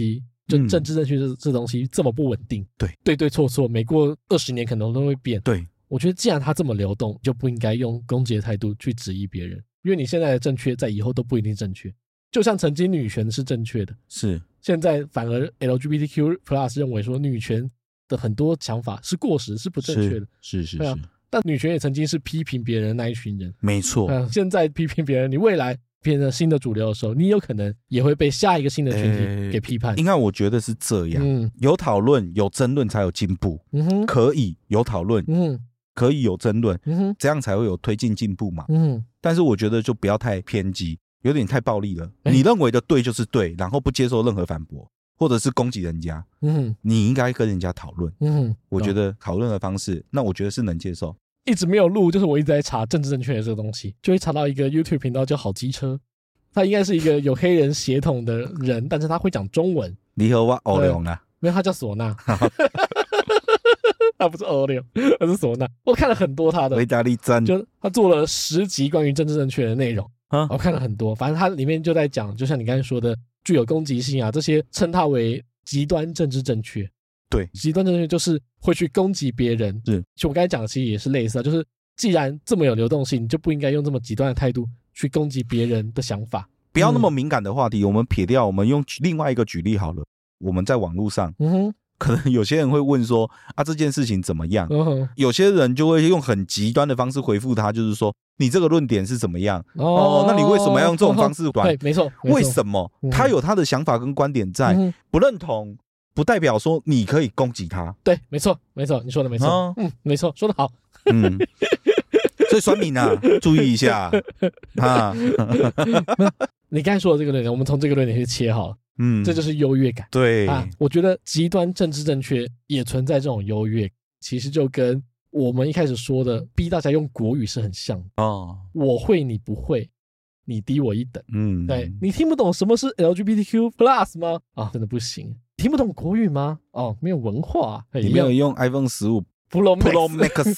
就政治正确这这东西这么不稳定， 对对对错错，每过二十年可能都会变。 对， 我觉得既然它这么流动，就不应该用攻击的态度去质疑别人，因为你现在的正确，在以后都不一定正确。就像曾经女权是正确的， 是现在反而 L G B T Q plus 认为说女权的很多想法是过时，是不正确的。 是是是、啊， 但女权也曾经是批评别人的那一群人， 没错、 呃。现在批评别人，你未来变成新的主流的时候，你有可能也会被下一个新的群体给批判。 应该我觉得是这样，嗯、有讨论有争论才有进步，嗯哼，可以有讨论，嗯，可以有争论，嗯哼，这样才会有推进进步嘛，嗯。但是我觉得就不要太偏激。有点太暴力了，你认为的对就是对，然后不接受任何反驳，或者是攻击人家，嗯，你应该跟人家讨论，嗯，我觉得讨论的方式，那我觉得是能接受。 一直没有录，就是我一直在查政治正确的这个东西，就会查到一个 YouTube 频道叫好机车，他应该是一个有黑人血统的人，但是他会讲中文。 你和我欧龙啊？ 没有，他叫唢呐。他不是欧流，他是唢呐。我看了很多他的， 维达利真， 就他做了十集关于政治正确的内容。我看了很多，反正它里面就在讲，就像你刚才说的，具有攻击性啊，这些称它为极端政治正确。 对， 极端政治正确就是会去攻击别人。是，就我刚才讲的，其实也是类似啊，就是既然这么有流动性，你就不应该用这么极端的态度去攻击别人的想法。 不要那么敏感的话题，嗯、我们撇掉，我们用另外一个举例好了。我们在网络上，嗯哼。可能有些人会问说啊这件事情怎么样、uh-huh. 有些人就会用很极端的方式回复他，就是说你这个论点是怎么样、oh, 哦，那你为什么要用这种方式管、 uh-huh. 对，没错， 为什么、嗯、他有他的想法跟观点在、嗯、不认同不代表说你可以攻击他。 对，没错没错，你说的没错、哦、嗯，没错，说得好。嗯， 所以酸民啊注意一下啊你刚才说的这个论点，我们从这个论点去切好了。嗯，这就是优越感。 对啊，我觉得极端政治正确也存在这种优越，其实就跟我们一开始说的逼大家用国语是很像的哦。我会你不会，你低我一等。嗯，对，你听不懂什么是 L G B T Q plus 吗？啊，真的不行。听不懂国语吗？哦，没有文化、啊。 你没有用 iPhone 十五 Pro Pro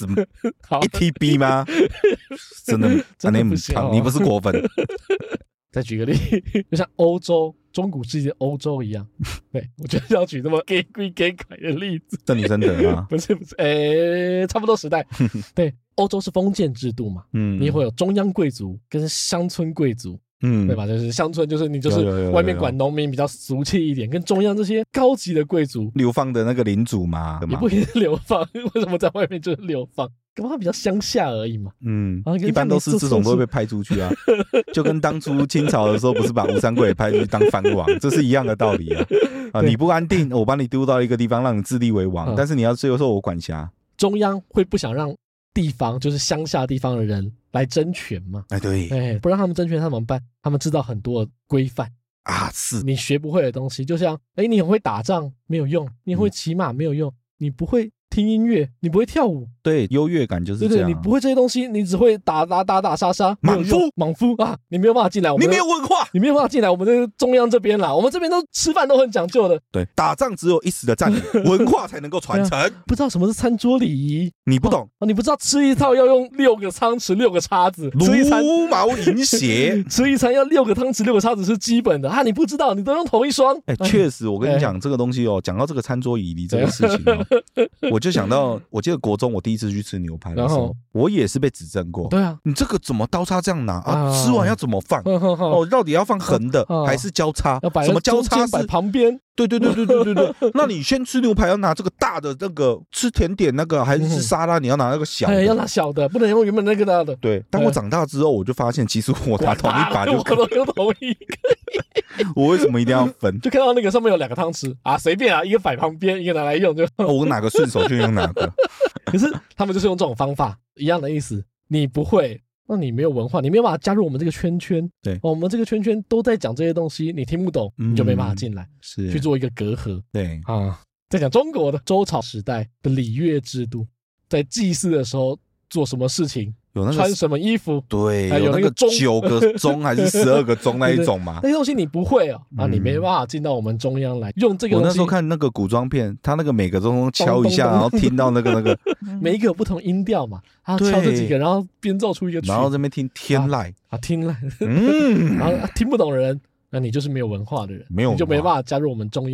Max 一 T B 吗？真的真的不行、哦， 你不是果粉。 再举个例，就像欧洲中古世纪的欧洲一样，对，我觉得要举这么 gay 鬼 gay 拐的例子。 这你真的吗？ 不是不是，诶，差不多时代。对，欧洲是封建制度嘛，嗯，你会有中央贵族跟乡村贵族，嗯，对吧？就是乡村就是你就是外面管农民比较俗气一点，跟中央这些高级的贵族流放的那个领主嘛， 也不一定是流放，为什么在外面就是流放？可能他比较乡下而已嘛，嗯， 一般都是这种都会被派出去啊，就跟当初清朝的时候不是把吴三桂派出去当藩王，这是一样的道理啊。啊，你不安定，我把你丢到一个地方让你自立为王，嗯、但是你要最后受我管辖。 中央会不想让地方就是乡下地方的人来争权嘛？ 哎，对， 哎，不让他们争权，他怎么办？他们知道很多规范啊，是你学不会的东西，就像哎，你很会打仗没有用，你很会骑马没有用，你不会听音乐，你不会跳舞， 对，优越感就是这样、啊。 对对，你不会这些东西，你只会打打打打杀杀， 莽夫莽夫啊，你没有办法进来，我们你没有文化， 你没有办法进来我们这个中央这边啦，我们这边都吃饭都很讲究的。 对，打仗只有一时的战力，文化才能够传承、啊。 不知道什么是餐桌礼仪， 你不懂啊？你不知道吃一套要用六个汤匙、六个叉子，吃一餐茹毛饮血， 吃一餐要六个汤匙、六个叉子是基本的啊！你不知道，你都用同一双。 哎、欸，确实，我跟你讲、欸、这个东西哦，讲到这个餐桌礼仪这个事情哦，我就想到。我记得国中我第一次去吃牛排的时候，我也是被指正过。 对啊， 你这个怎么刀叉这样拿啊？啊吃完要怎么放？哦，到底要放横的、啊、还是交叉？什么交叉是摆旁边？ 对对对对对对对。那你先吃牛排要拿这个大的那个，吃甜点那个还是吃沙拉？你要拿那个小的、 哎，要拿小的，不能用原本那个大的。 对，当我长大之后，我就发现其实我拿同一把就可以。 我用同一个。 我为什么一定要分？ 就看到那个上面有两个汤匙啊，随便啊，一个摆旁边，一个拿来用就。 哦、我哪个顺手就用哪个。 可是他们就是用这种方法，一样的意思。你不会，那你没有文化，你没有办法加入我们这个圈圈。 对、 哦，我们这个圈圈都在讲这些东西，你听不懂，你就没办法进来， 是去做一个隔阂。 对啊，在讲中国的周朝时代的礼乐制度，在祭祀的时候做什么事情。 有那个穿什么衣服？ 对，有那个九个钟还是十二个钟那一种嘛？ 那些东西你不会哦，啊，你没办法进到我们中央来用这个东西。 我那时候看那个古装片，他那个每个钟敲一下，然后听到那个那个每一个有不同音调嘛，他敲这几个，然后编奏出一个曲， 然后这边听天籁啊，天籁，嗯，然后听不懂的人，那你就是没有文化的人， 没有， 你就没办法加入我们中央。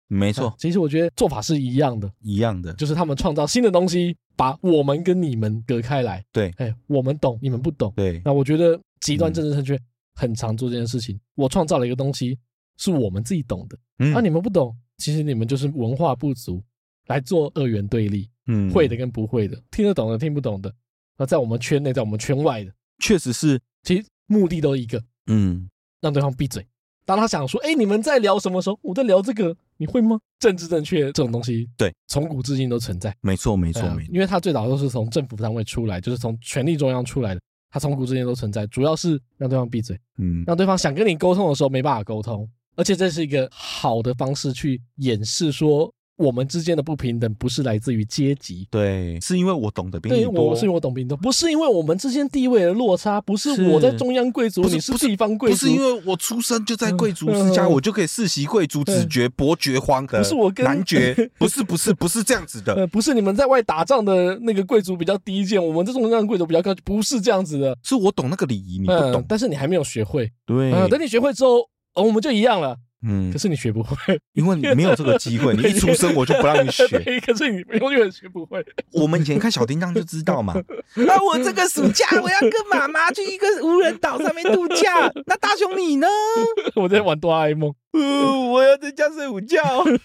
没错、啊。 其实我觉得做法是一样的， 一样的， 就是他们创造新的东西，把我们跟你们隔开来。 对， 哎，我们懂，你们不懂。 对， 那我觉得极端政治正确很常做这件事情。嗯、我创造了一个东西，是我们自己懂的，嗯、啊，你们不懂，其实你们就是文化不足，来做二元对立。嗯，会的跟不会的，听得懂的听不懂的，那在我们圈内，在我们圈外的， 确实是， 其实目的都一个，嗯，让对方闭嘴。当他想说，哎，你们在聊什么时候？我在聊这个，你会吗？政治正确这种东西， 对， 从古至今都存在。 没错，没错，没错， 因为它最早都是从政府单位出来，就是从权力中央出来的，它从古至今都存在，主要是让对方闭嘴，嗯，让对方想跟你沟通的时候没办法沟通，而且这是一个好的方式去掩饰说。我们之间的不平等不是来自于阶级， 对，是因为我懂得比你多， 对，我是因为我懂比你多，不是因为我们之间地位的落差，不是我在中央贵族，你是地方贵族， 不是因为我出生就在贵族之家，嗯、我就可以世袭贵族、子爵、伯爵、皇的， 不是我跟男爵，不是不是不是这样子的、 呃，不是你们在外打仗的那个贵族比较低贱，我们这中央贵族比较高，不是这样子的， 是我懂那个礼仪，你不懂、嗯， 但是你还没有学会， 对， 呃、等你学会之后、哦，我们就一样了。嗯，可是你学不会， 因为你没有这个机会，你一出生我就不让你学。 可是你永远学不会。 我们以前看小叮当就知道嘛。啊，我这个暑假我要跟妈妈去一个无人岛上面度假。那大雄你呢？ 我在玩哆啦 A 梦。 呃，我要在家睡午觉。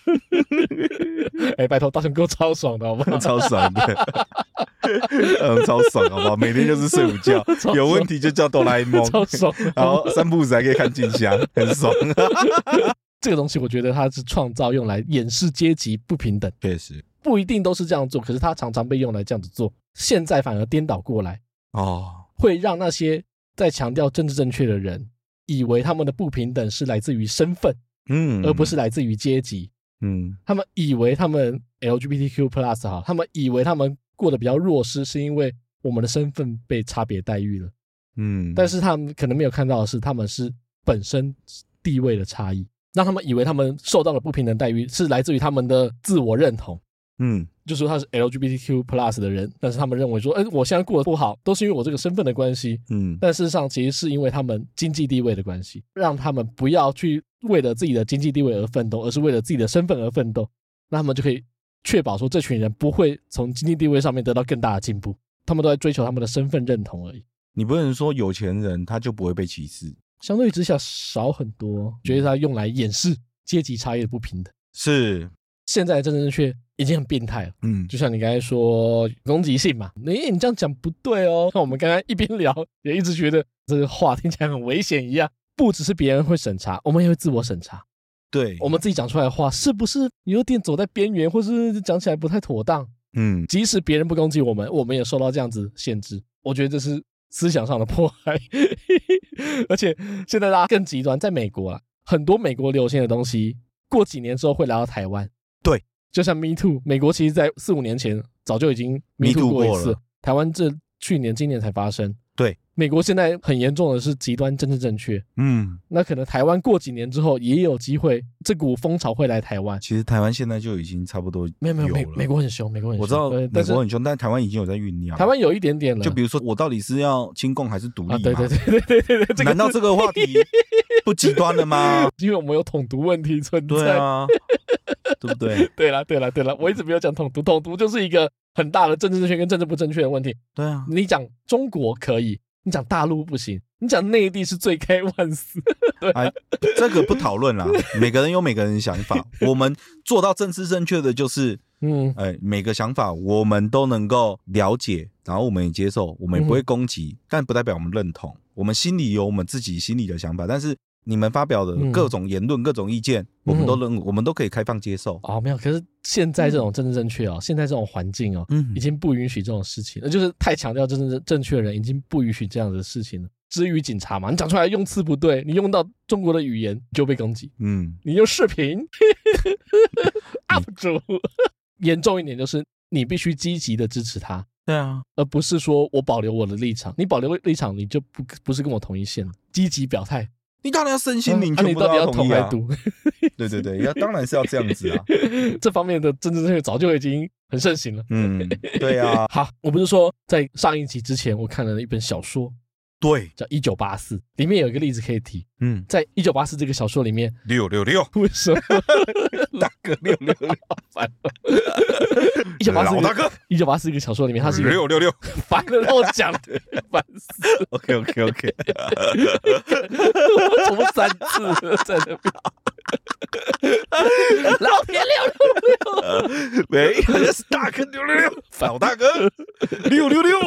哎、欸，拜托，大雄哥超爽的好不好？ 超爽的。嗯，超爽，好不好？每天就是睡午觉，有问题就叫哆啦 A 梦， 超爽。 然后三不五时还可以看静香，很爽。 这个东西我觉得它是创造用来掩饰阶级不平等， 确实不一定都是这样做，可是它常常被用来这样子做。现在反而颠倒过来哦，会让那些在强调政治正确的人以为他们的不平等是来自于身份，嗯，而不是来自于阶级，嗯，他们以为他们 L G B T Q plus 哈，他们以为他们过得比较弱势，是因为我们的身份被差别待遇了，嗯，但是他们可能没有看到的是，他们是本身地位的差异，让他们以为他们受到的不平等待遇是来自于他们的自我认同，嗯，就说他是 L G B T Q plus 的人，但是他们认为说，哎，我现在过得不好，都是因为我这个身份的关系，嗯，但事实上其实是因为他们经济地位的关系，让他们不要去为了自己的经济地位而奋斗，而是为了自己的身份而奋斗，那他们就可以确保说这群人不会从经济地位上面得到更大的进步，他们都在追求他们的身份认同而已。 你不能说有钱人他就不会被歧视， 相对之下少很多，觉得他用来掩饰阶级差异的不平等。 是， 现在的政治正确已经很变态了，嗯，就像你刚才说攻击性嘛，你你这样讲不对哦。那我们刚刚一边聊也一直觉得这个话听起来很危险一样，不只是别人会审查，我们也会自我审查。 对， 我们自己讲出来的话是不是有点走在边缘，或是讲起来不太妥当？嗯，即使别人不攻击我们，我们也受到这样子限制。我觉得这是思想上的迫害。而且现在大家更极端，在美国啊，很多美国流行的东西，过几年之后会来到台湾。 对， 就像 Me Too， 美国其实在四五年前早就已经 Me Too 过一次，台湾这去年今年才发生。 对， 美国现在很严重的是极端政治正确，嗯，那可能台湾过几年之后也有机会，这股风潮会来台湾。 其实台湾现在就已经差不多有了， 没有没有，美美国很凶，美国很凶， 我知道美国很凶，但台湾已经有在酝酿。 台湾有一点点了， 就比如说我到底是要亲共还是独立嘛？啊、 对对对对对对对， 难道这个话题不极端了吗？ 因为我们有统独问题存在， 对啊，对不对？ 对啦对啦对啦，我一直没有讲统独，统独就是一个很大的政治正确跟政治不正确的问题。 对啊， 你讲中国可以。你讲大陆不行，你讲内地是罪该万死。对、啊哎，这个不讨论啦，每个人有每个人的想法。我们做到政治正确的就是，嗯，哎，每个想法我们都能够了解，然后我们也接受，我们也不会攻击，嗯、但不代表我们认同。我们心里有我们自己心里的想法，但是你们发表的各种言论、嗯、各种意见，我们都能，我们都可以开放接受。 哦，没有，可是现在这种政治正确哦，嗯、现在这种环境哦，嗯，已经不允许这种事情了，就是太强调政治正确的人已经不允许这样的事情了。至于警察嘛，你讲出来用词不对，你用到中国的语言就被攻击。嗯，你用视频，U P 主严重一点就是你必须积极的支持他。 对啊， 而不是说我保留我的立场，你保留立场你就不不是跟我同一线了，积极表态。 你当然要身心灵全部都要同意啊！对对对，要当然是要这样子啊。 这方面的政治正确早就已经很盛行了。 嗯，对啊。 好，我不是说在上一集之前我看了一本小说， 对， 叫一九八四，里面有一个例子可以提。嗯，在一九八四这个小说里面， 六六六， 为什么大哥六六六？ 烦了，一九八四老大哥， 一九八四这个小说里面，他是六六六， 烦了，让我讲，烦死。 OK OK OK， 我重三次在那边。老铁六六六， 没，那是大哥六六六，老大哥六六六。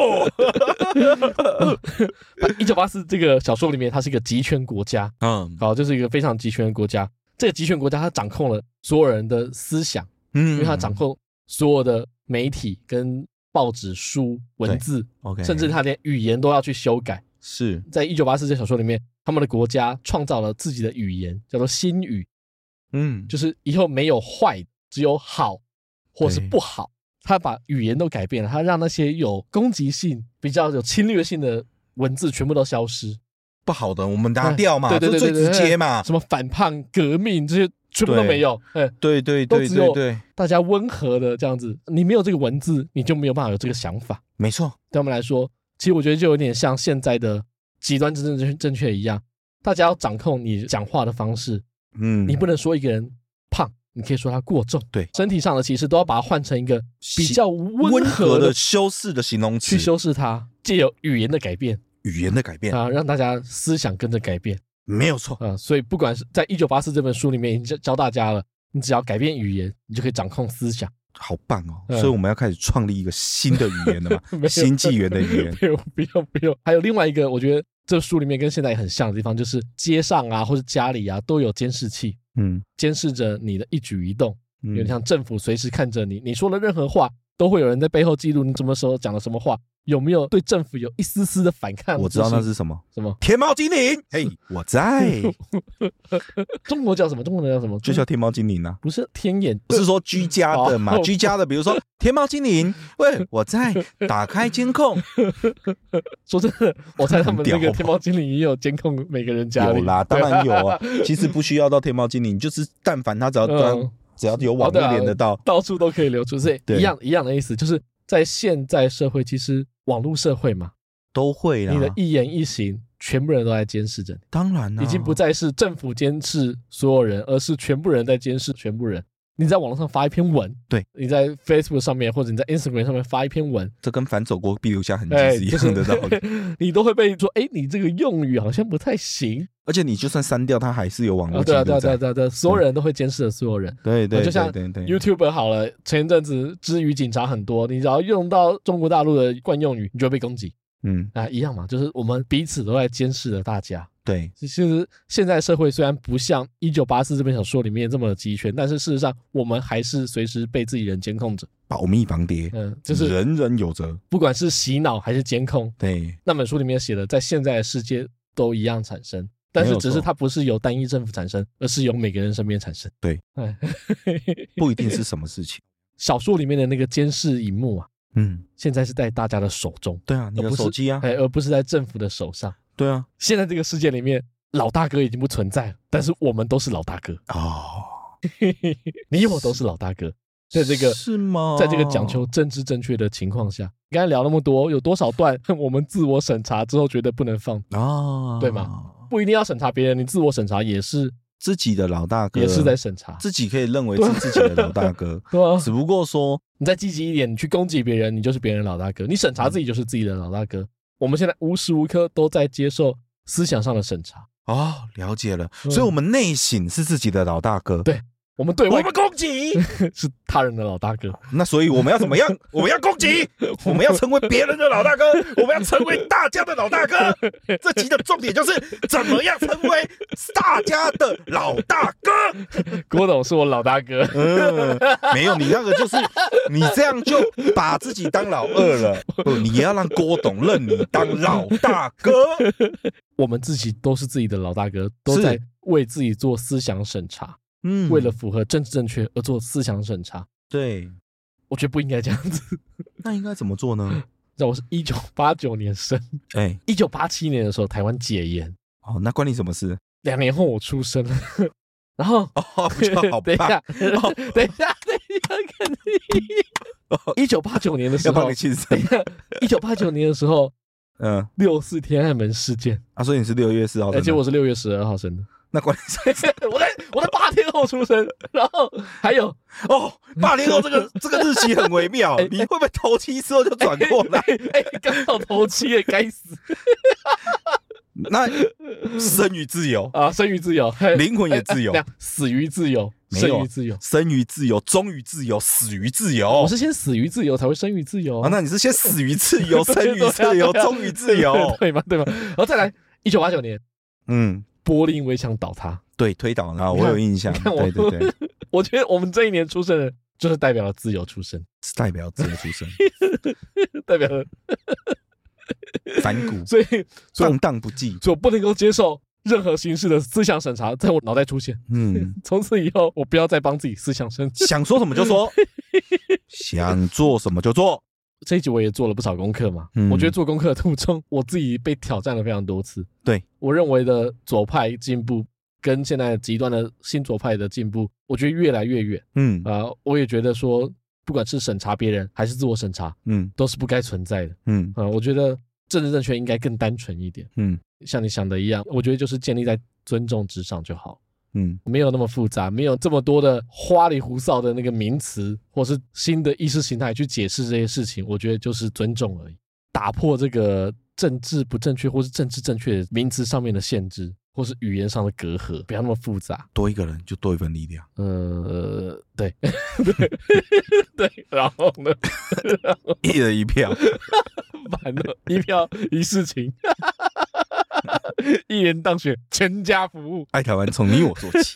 一九八四这个小说里面，它是一个集权国家，嗯，好，就是一个非常集权的国家。这个集权国家，它掌控了所有人的思想，嗯，因为它掌控所有的媒体跟报纸、书、文字， ，OK， 甚至它连语言都要去修改。 是在一九八四这小说里面，他们的国家创造了自己的语言，叫做新语。嗯，就是以后没有坏，只有好或是不好。他把语言都改变了，他让那些有攻击性、比较有侵略性的文字全部都消失。 不好的我们拿掉嘛， 对对对对， 最直接嘛， 什么反叛、革命这些全部都没有。 对对对对对， 大家温和的这样子。你没有这个文字，你就没有办法有这个想法。 没错， 对我们来说，其实我觉得就有点像现在的极端政治正确一样，大家要掌控你讲话的方式。嗯，你不能说一个人胖，你可以说他过重。对，身体上的歧视都要把它换成一个比较温和的修饰的形容词去修饰它，借由语言的改变， 语言的改变啊，让大家思想跟着改变， 没有错啊。所以不管是在一九八四这本书里面已经教大家了，你只要改变语言，你就可以掌控思想。 好棒哦！嗯、所以我们要开始创立一个新的语言了嘛？新纪元的语言。 不用不用不用。还有另外一个，我觉得这书里面跟现在也很像的地方，就是街上啊或者家里啊都有监视器，嗯，监视着你的一举一动，嗯、有点像政府随时看着你，你说的任何话都会有人在背后记录你什么时候讲了什么话，有没有对政府有一丝丝的反抗？ 我知道那是什么， 什么天猫精灵？嘿，我在。 中国叫什么？中国人叫什么？ 就叫天猫精灵啊， 不是天眼， 不是说居家的嘛？居家的，比如说天猫精灵，喂，我在，打开监控。 说真的，我猜他们那个天猫精灵也有监控每个人家里。 有啦，当然有啊。其实不需要到天猫精灵，就是但凡他只要端。嗯只要有网络连得到、哦啊，到处都可以流出，所以一样一样的意思，就是在现在社会，其实网络社会嘛， 都会啦， 你的一言一行，全部人都在监视着你。 当然啦， 已经不再是政府监视所有人，而是全部人在监视全部人。你在网络上发一篇文， 对， 你在 Facebook 上面或者你在 Instagram 上面发一篇文， 这跟反走过必留下痕迹是一样的道理。 就是你都会被说，哎，你这个用语好像不太行。 而且你就算删掉，它还是有网络记录在。 对啊，对啊，对啊，对啊，所有人都会监视着所有人。 对对， 就像 YouTuber 好了，前一阵子支语警察很多，你只要用到中国大陆的惯用语，你就会被攻击。嗯啊，一样嘛，就是我们彼此都在监视着大家。 对， 其实现在社会虽然不像一九八四这本小说里面这么的集权，但是事实上我们还是随时被自己人监控着， 保密防谍，嗯，就是人人有责， 不管是洗脑还是监控， 对， 那本书里面写的，在现在的世界都一样产生，但是只是它不是由单一政府产生，而是由每个人身边产生。 对，不一定是什么事情。 小说里面的那个监视荧幕啊，嗯，现在是在大家的手中， 对啊，你的手机啊， 哎，而不是在政府的手上。 对啊， 现在这个世界里面，老大哥已经不存在了，但是我们都是老大哥哦。你我都是老大哥，在这个是吗？ 在这个讲求政治正确的情况下，刚才聊那么多，有多少段我们自我审查之后觉得不能放啊、哦？对吗？不一定要审查别人，你自我审查也是自己的老大哥， 也是在审查自己，可以认为是自己的老大哥。 对啊， 只不过说你再积极一点，你去攻击别人，你就是别人的老大哥；你审查自己，就是自己的老大哥。我们现在无时无刻都在接受思想上的审查。 哦，了解了。所以我们内省是自己的老大哥， 对，我们对外我们攻击是他人的老大哥。 那所以我们要怎么样？我们要攻击，我们要成为别人的老大哥，我们要成为大家的老大哥。这集的重点就是怎么样成为大家的老大哥。 郭董是我老大哥。 嗯，没有，你那个就是你这样就把自己当老二了。你要让郭董认你当老大哥。 我们自己都是自己的老大哥，都在为自己做思想审查。嗯，为了符合政治正确而做思想审查。 对， 我觉得不应该这样子。 那应该怎么做呢？ 让我是一九八九年生，哎，一九八七年的时候台湾解严。 哦，那关你什么事？ 两年后我出生了。然后哦，不就好等一下，等一下，等一下，肯定。一九八九年的时候， 要帮你庆生。 一九八九年的时候， 嗯，六四天安门事件啊，所以你是六月四号生的， 而且我是六月十二号生的。 那关键是我在我在八天后出生，然后还有哦，八天后这个这个日期很微妙，欸、你会不会头七之后就转过来？ 哎，刚、欸欸、好头七耶，该死！ 那生于自由啊，生于自由， 灵魂也自由， 欸、死于自由，生于自由， 生于自由，忠于自由，死于自由。 我是先死于自由才会生于自由啊，那你是先死于自由，生于自由，忠于自由， 对吗？对吗？然后再来，一九八九年， 嗯。 柏林围墙倒塌， 对，推倒了，我有印象。对对对， 我觉得我们这一年出生的，就是代表了自由出生， 是代表自由出生， 代表了反骨， 所以放荡不羁， 所以我不能够接受任何形式的思想审查在我脑袋出现。嗯，从此以后，我不要再帮自己思想审查， 想说什么就说，想做什么就做。 这一集我也做了不少功课嘛，嗯、我觉得做功课的途中，我自己被挑战了非常多次。 对， 我认为的左派进步跟现在极端的新左派的进步，我觉得越来越远。嗯啊、呃，我也觉得说，不管是审查别人还是自我审查，嗯，都是不该存在的。嗯啊、呃，我觉得政治正确应该更单纯一点。嗯，像你想的一样，我觉得就是建立在尊重之上就好。嗯，没有那么复杂，没有这么多的花里胡哨的那个名词，或是新的意识形态去解释这些事情，我觉得就是尊重而已。打破这个政治不正确或是政治正确的名词上面的限制，或是语言上的隔阂，不要那么复杂。 多一个人就多一份力量。 呃，对，对，对，然后呢？ 一人一票， 完了，一票一事情。一人当选，全家服务。 爱台湾从你我做起，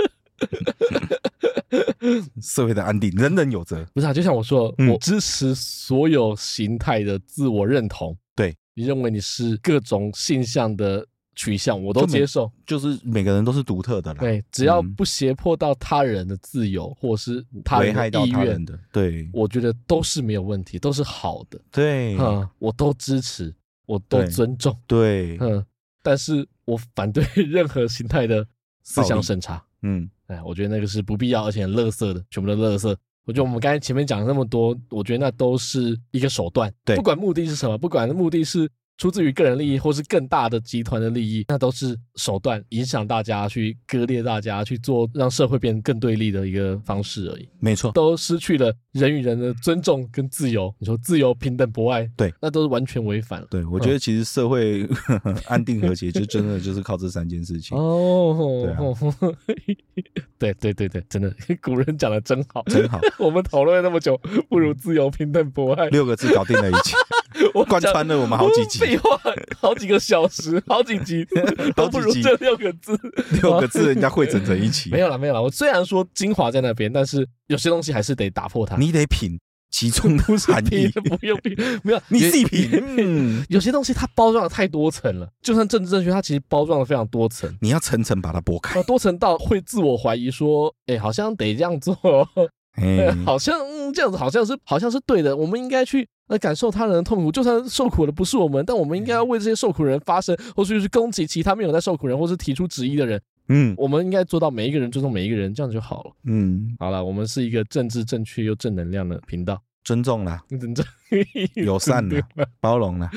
社会的安定，人人有责。 不是啊，就像我说，嗯、我支持所有形态的自我认同。 对， 你认为你是各种性向的取向，我都接受。 就, 就是每个人都是独特的啦。 对，只要不胁迫到他人的自由，或是他人的意愿的，对， 我觉得都是没有问题，都是好的。 对， 嗯，我都支持，我都尊重。 对， 嗯。但是我反对任何形态的思想审查，嗯，哎，我觉得那个是不必要，而且很垃圾的，全部都垃圾。我觉得我们刚才前面讲了那么多，我觉得那都是一个手段， 对， 不管目的是什么，不管目的是出自于个人利益，或是更大的集团的利益，那都是手段，影响大家，去割裂大家，去做让社会变得更对立的一个方式而已。 没错， 都失去了人与人的尊重跟自由。你说自由、平等、博爱， 对， 那都是完全违反了。 对，我觉得其实社会、嗯、安定和谐，就真的就是靠这三件事情。 哦，对、啊、对对对对，真的，古人讲的真好， 真好。 我们讨论了那么久，不如自由、平等、博爱六个字搞定了一切。我贯穿了我们好几集， 废话，好几个小时，好几集，都不如这六个字。 六个字，人家汇整成一起。 没有啦，没有啦。我虽然说精华在那边，但是有些东西还是得打破它。 你得品其中的含义， 不用品，没有， 你自己品。 嗯，有些东西它包装的太多层了，就算政治正确，它其实包装的非常多层。 你要层层把它剥开， 多层到会自我怀疑说，哎、欸，好像得这样做。欸、好像、嗯、这样子好像是好像是对的，我们应该去呃感受他人的痛苦，就算受苦的不是我们，但我们应该要为这些受苦人发声，或是去攻击其他没有在受苦人，或是提出质疑的人。嗯，我们应该做到每一个人尊重每一个人，这样就好了。嗯，好了，我们是一个政治正确又正能量的频道， 尊重啦， 尊重， 友善啦，包容啦。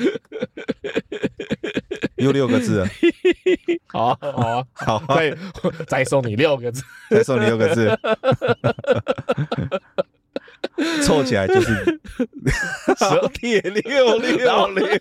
又六个字了， 好啊，好啊，好啊，再再送你六个字， 再送你六个字，凑起来就是蛇铁六六六。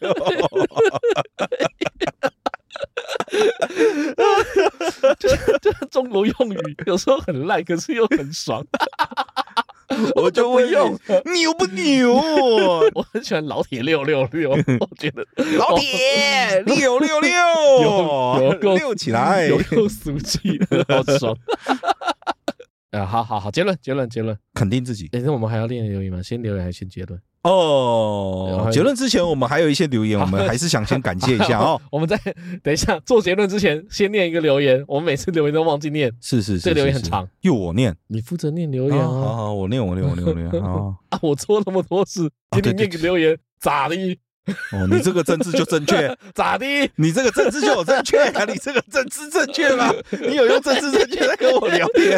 就是就是中国用语，有时候很烂，可是又很爽。 我就不用，牛不牛？ 我很喜欢老铁六六六，我觉得老铁六六六， 有够六起来， 有够俗气的，好爽。啊，好好好，结论结论结论， 肯定自己。 等一下我们还要练留言吗？先留言还是先结论？ 哦，结论之前我们还有一些留言，我们还是想先感谢一下哦。 我们在等一下做结论之前，先念一个留言。我们每次留言都忘记念， 是是是， 这留言很长， 又我念， 你负责念留言啊。 好好，我念我念我念我念。好啊，我做那么多事，给你念个留言，咋的？ 哦，你这个政治就正确， 咋的？ 你这个政治就有正确啊？你这个政治正确吗？你有用政治正确在跟我聊天？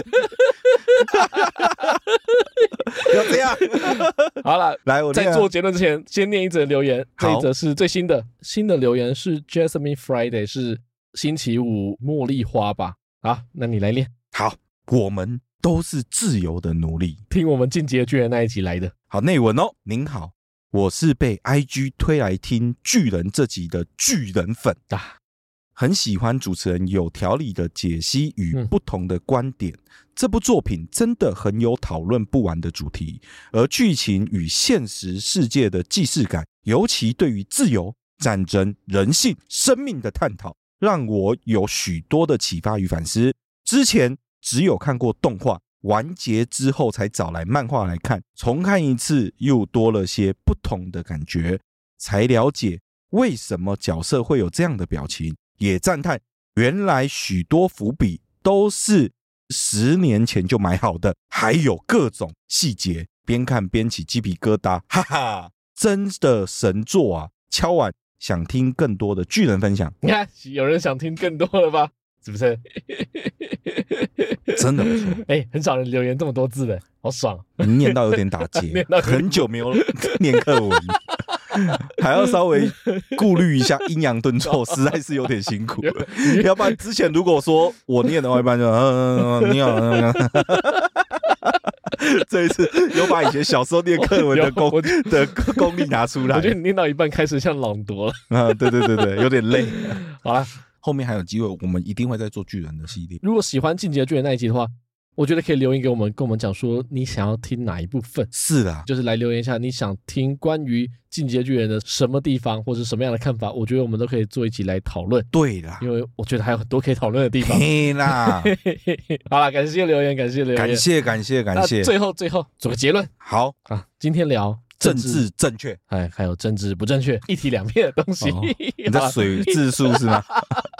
要这样？ 好了， 来，我在做结论之前，先念一则留言。这一则是最新的，新的留言是 Jasmine Friday， 是星期五茉莉花吧？好，那你来念。 好，我们都是自由的奴隶。 听我们进阶巨人那一集来的。 好，内文哦。您好。我是被 I G 推来听巨人这集的巨人粉啊，很喜欢主持人有条理的解析与不同的观点。嗯、这部作品真的很有讨论不完的主题，而剧情与现实世界的既视感，尤其对于自由、战争、人性、生命的探讨，让我有许多的启发与反思。之前只有看过动画。完结之后才找来漫画来看，重看一次又多了些不同的感觉，才了解为什么角色会有这样的表情，也赞叹原来许多伏笔都是十年前就埋好的，还有各种细节，边看边起鸡皮疙瘩，哈哈，真的神作啊！敲碗想听更多的巨人分享， 你看有人想听更多了吧？是不是？ 真的不错， 哎、欸，很少人留言这么多字的，好爽！ 你念到有点打结，很久没有念课文，还要稍微顾虑一下阴阳顿挫，实在是有点辛苦了。要不然之前如果说我念的话，一般就嗯嗯你好，嗯嗯这一次有把以前小时候念课文的功的功力拿出来。 我觉得你念到一半开始像朗读了啊，对对对对，有点累。 好了。 后面还有机会，我们一定会再做巨人的系列。 如果喜欢进击的巨人那一集的话，我觉得可以留言给我们，跟我们讲说你想要听哪一部分。 是的， 就是来留言一下你想听关于进击的巨人的什么地方，或者什么样的看法，我觉得我们都可以做一集来讨论。 对啦， 因为我觉得还有很多可以讨论的地方。 嘿啦， 好啦，感谢留言，感谢留言， 感谢感谢感谢。 最后最后做个结论。 好啊，今天聊。 政治正确， 哎，还有政治不正确，一体两面的东西。哦、 你在水字数是吗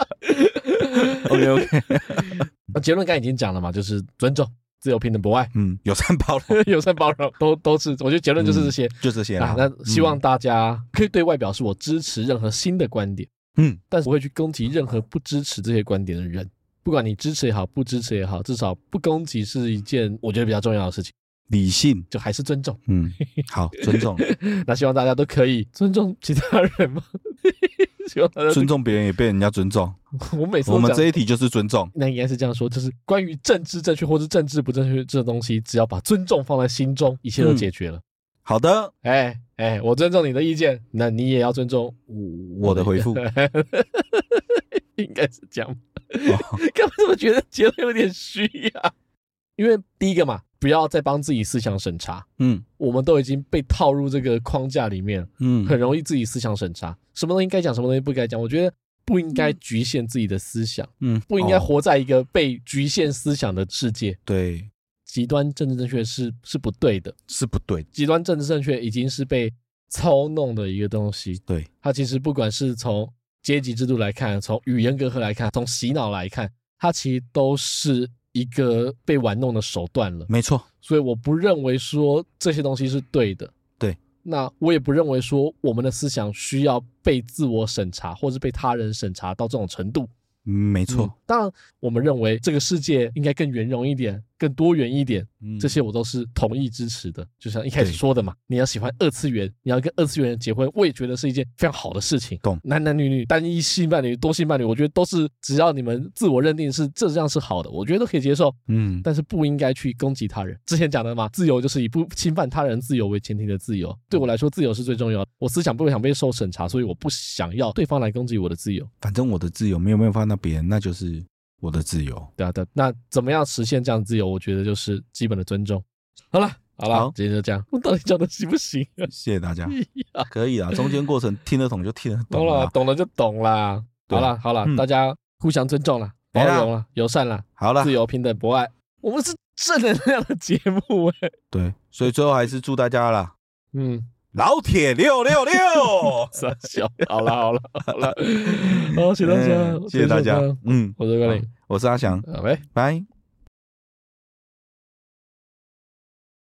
？OK OK， 结论刚才已经讲了嘛，就是尊重、自由、平等、博爱， 嗯，友善包容， 友善包容，都都是，我觉得结论就是这些，嗯、 就这些啊。那希望大家可以对外表示我支持任何新的观点，嗯，但是不会去攻击任何不支持这些观点的人，不管你支持也好，不支持也好，至少不攻击是一件我觉得比较重要的事情。 理性就还是尊重， 嗯，好，尊重。 那希望大家都可以尊重其他人吗？希望大家尊重别人也被人家尊重。 我每次我们这一题就是尊重， 那应该是这样说，就是关于政治正确或是政治不正确这东西，只要把尊重放在心中，一切都解决了。嗯、 好的， 哎哎，我尊重你的意见，那你也要尊重我的回复。 应该是这样。哦、干嘛怎么觉得结论有点虚呀？因为第一个嘛，不要再帮自己思想审查。嗯，我们都已经被套入这个框架里面，嗯，很容易自己思想审查，什么东西该讲，什么东西不该讲。我觉得不应该局限自己的思想，嗯，不应该活在一个被局限思想的世界。 对， 极端政治正确是是不对的， 是不对。 极端政治正确已经是被操弄的一个东西。 对， 它其实不管是从阶级制度来看，从语言隔阂来看，从洗脑来看，它其实都是一个被玩弄的手段了。 没错， 所以我不认为说这些东西是对的。 对， 那我也不认为说我们的思想需要被自我审查或是被他人审查到这种程度。 嗯，没错、嗯。 当然，我们认为这个世界应该更圆融一点，更多元一点，嗯、这些我都是同意支持的。就像一开始说的嘛，你要喜欢二次元，你要跟二次元人结婚，我也觉得是一件非常好的事情。 懂？ 男男女女、单一性伴侣、多性伴侣，我觉得都是只要你们自我认定是这样是好的，我觉得都可以接受。嗯，但是不应该去攻击他人。之前讲的嘛，自由就是以不侵犯他人自由为前提的自由。对我来说，自由是最重要的。我思想不想被受审查，所以我不想要对方来攻击我的自由。 反正我的自由没有没有放到别人，那就是我的自由。 对啊，对，那怎么样实现这样的自由？我觉得就是基本的尊重。好了，好了，好今天就这样。我到底讲的行不行、啊？ 谢谢大家。可以啦，中间过程听得懂就听得懂了，懂了就懂啦。好了，好了、嗯，大家互相尊重啦，包容啦，友善啦， 好了， 自由、平等、博爱。我们是正能量的节目哎、欸。 对，所以最后还是祝大家啦，嗯。老铁六六六， 傻笑。好了好了好了，好，谢谢大家， 谢谢大家。嗯， 我是关林， 我是阿翔， 拜拜。